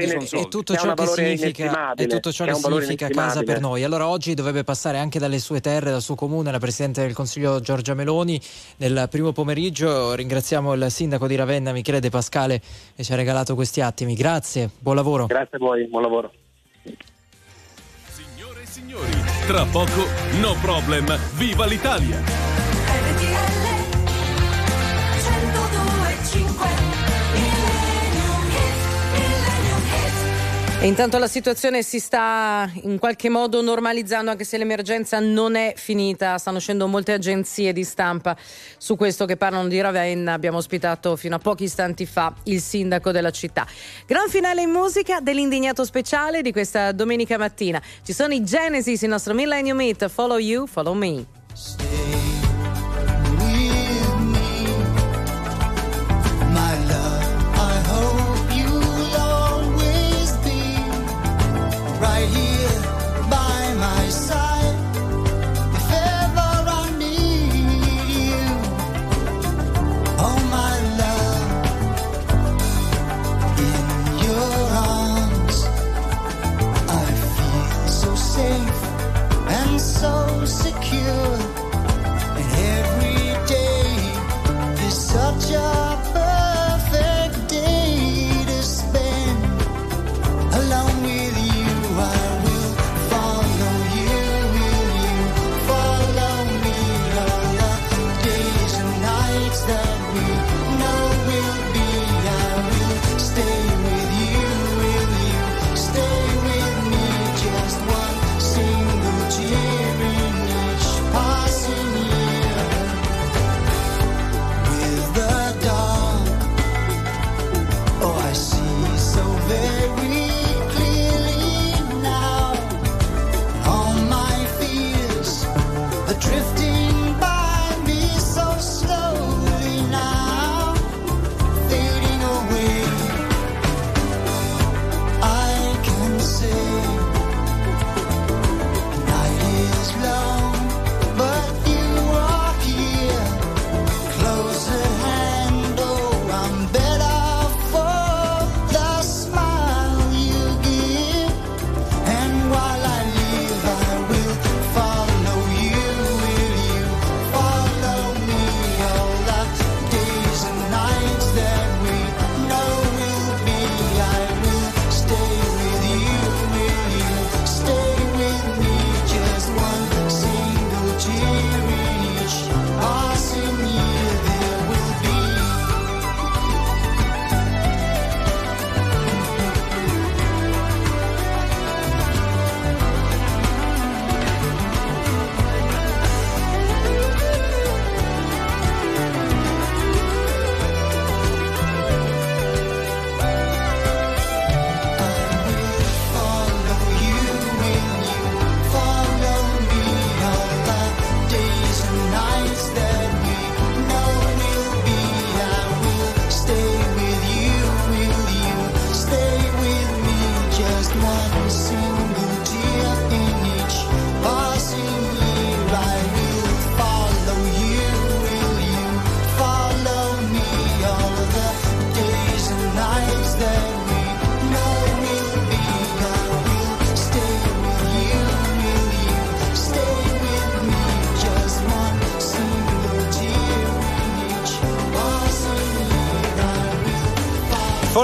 e tutto ciò che significa, e tutto ciò che, che significa casa per noi. Allora oggi dovrebbe passare anche dalle sue terre, dal suo comune, la Presidente del Consiglio Giorgia Meloni nel primo pomeriggio. Ringraziamo il Sindaco di Ravenna, Michele De Pascale, che ci ha regalato questi attimi. Grazie, buon lavoro. Grazie a voi, buon lavoro. Signore e signori, tra poco No Problem, viva l'Italia! E intanto la situazione si sta in qualche modo normalizzando, anche se l'emergenza non è finita. Stanno uscendo molte agenzie di stampa su questo che parlano di Ravenna. Abbiamo ospitato fino a pochi istanti fa il sindaco della città. Gran finale in musica dell'Indignato Speciale di questa domenica mattina. Ci sono i Genesis, il nostro Millennium Hit, Follow You, Follow Me. Right here by my side, if ever I need you, oh my love, in your arms, I feel so safe and so secure.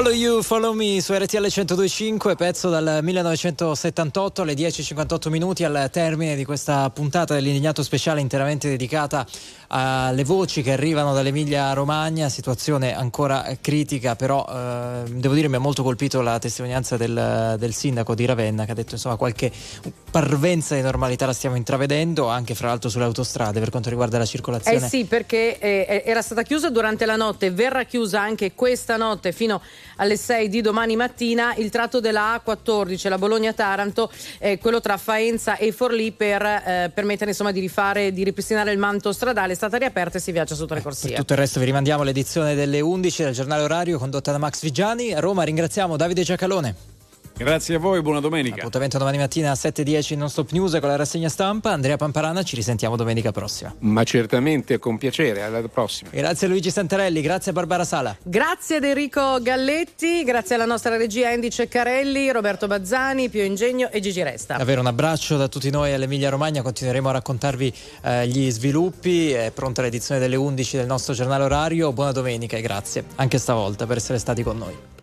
Follow You, Follow Me su R T L centodue e cinque, pezzo dal millenovecentosettantotto, alle dieci e cinquantotto minuti, al termine di questa puntata dell'Indignato Speciale interamente dedicata alle voci che arrivano dall'Emilia Romagna, situazione ancora critica, però eh, devo dire mi ha molto colpito la testimonianza del, del sindaco di Ravenna, che ha detto insomma qualche parvenza di normalità la stiamo intravedendo anche fra l'altro sulle autostrade per quanto riguarda la circolazione. Eh sì, perché eh, era stata chiusa durante la notte, verrà chiusa anche questa notte fino alle sei di domani mattina il tratto della A quattordici, la Bologna-Taranto, eh, quello tra Faenza e Forlì, per eh, permettere insomma di rifare, di ripristinare il manto stradale. È stata riaperta e si viaggia sotto le corsie. Per tutto il resto vi rimandiamo all'edizione delle undici del giornale orario condotta da Max Vigiani. A Roma ringraziamo Davide Giacalone. Grazie a voi, buona domenica. Appuntamento domani mattina a sette e dieci non stop news con la rassegna stampa. Andrea Pamparana, ci risentiamo domenica prossima. Ma certamente, con piacere, alla prossima. Grazie a Luigi Santarelli, grazie a Barbara Sala. Grazie ad Enrico Galletti, grazie alla nostra regia Andy Ceccarelli, Roberto Bazzani, Pio Ingegno e Gigi Resta. Davvero un abbraccio da tutti noi all'Emilia Romagna, continueremo a raccontarvi eh, gli sviluppi. È pronta l'edizione delle undici del nostro giornale orario. Buona domenica e grazie anche stavolta per essere stati con noi.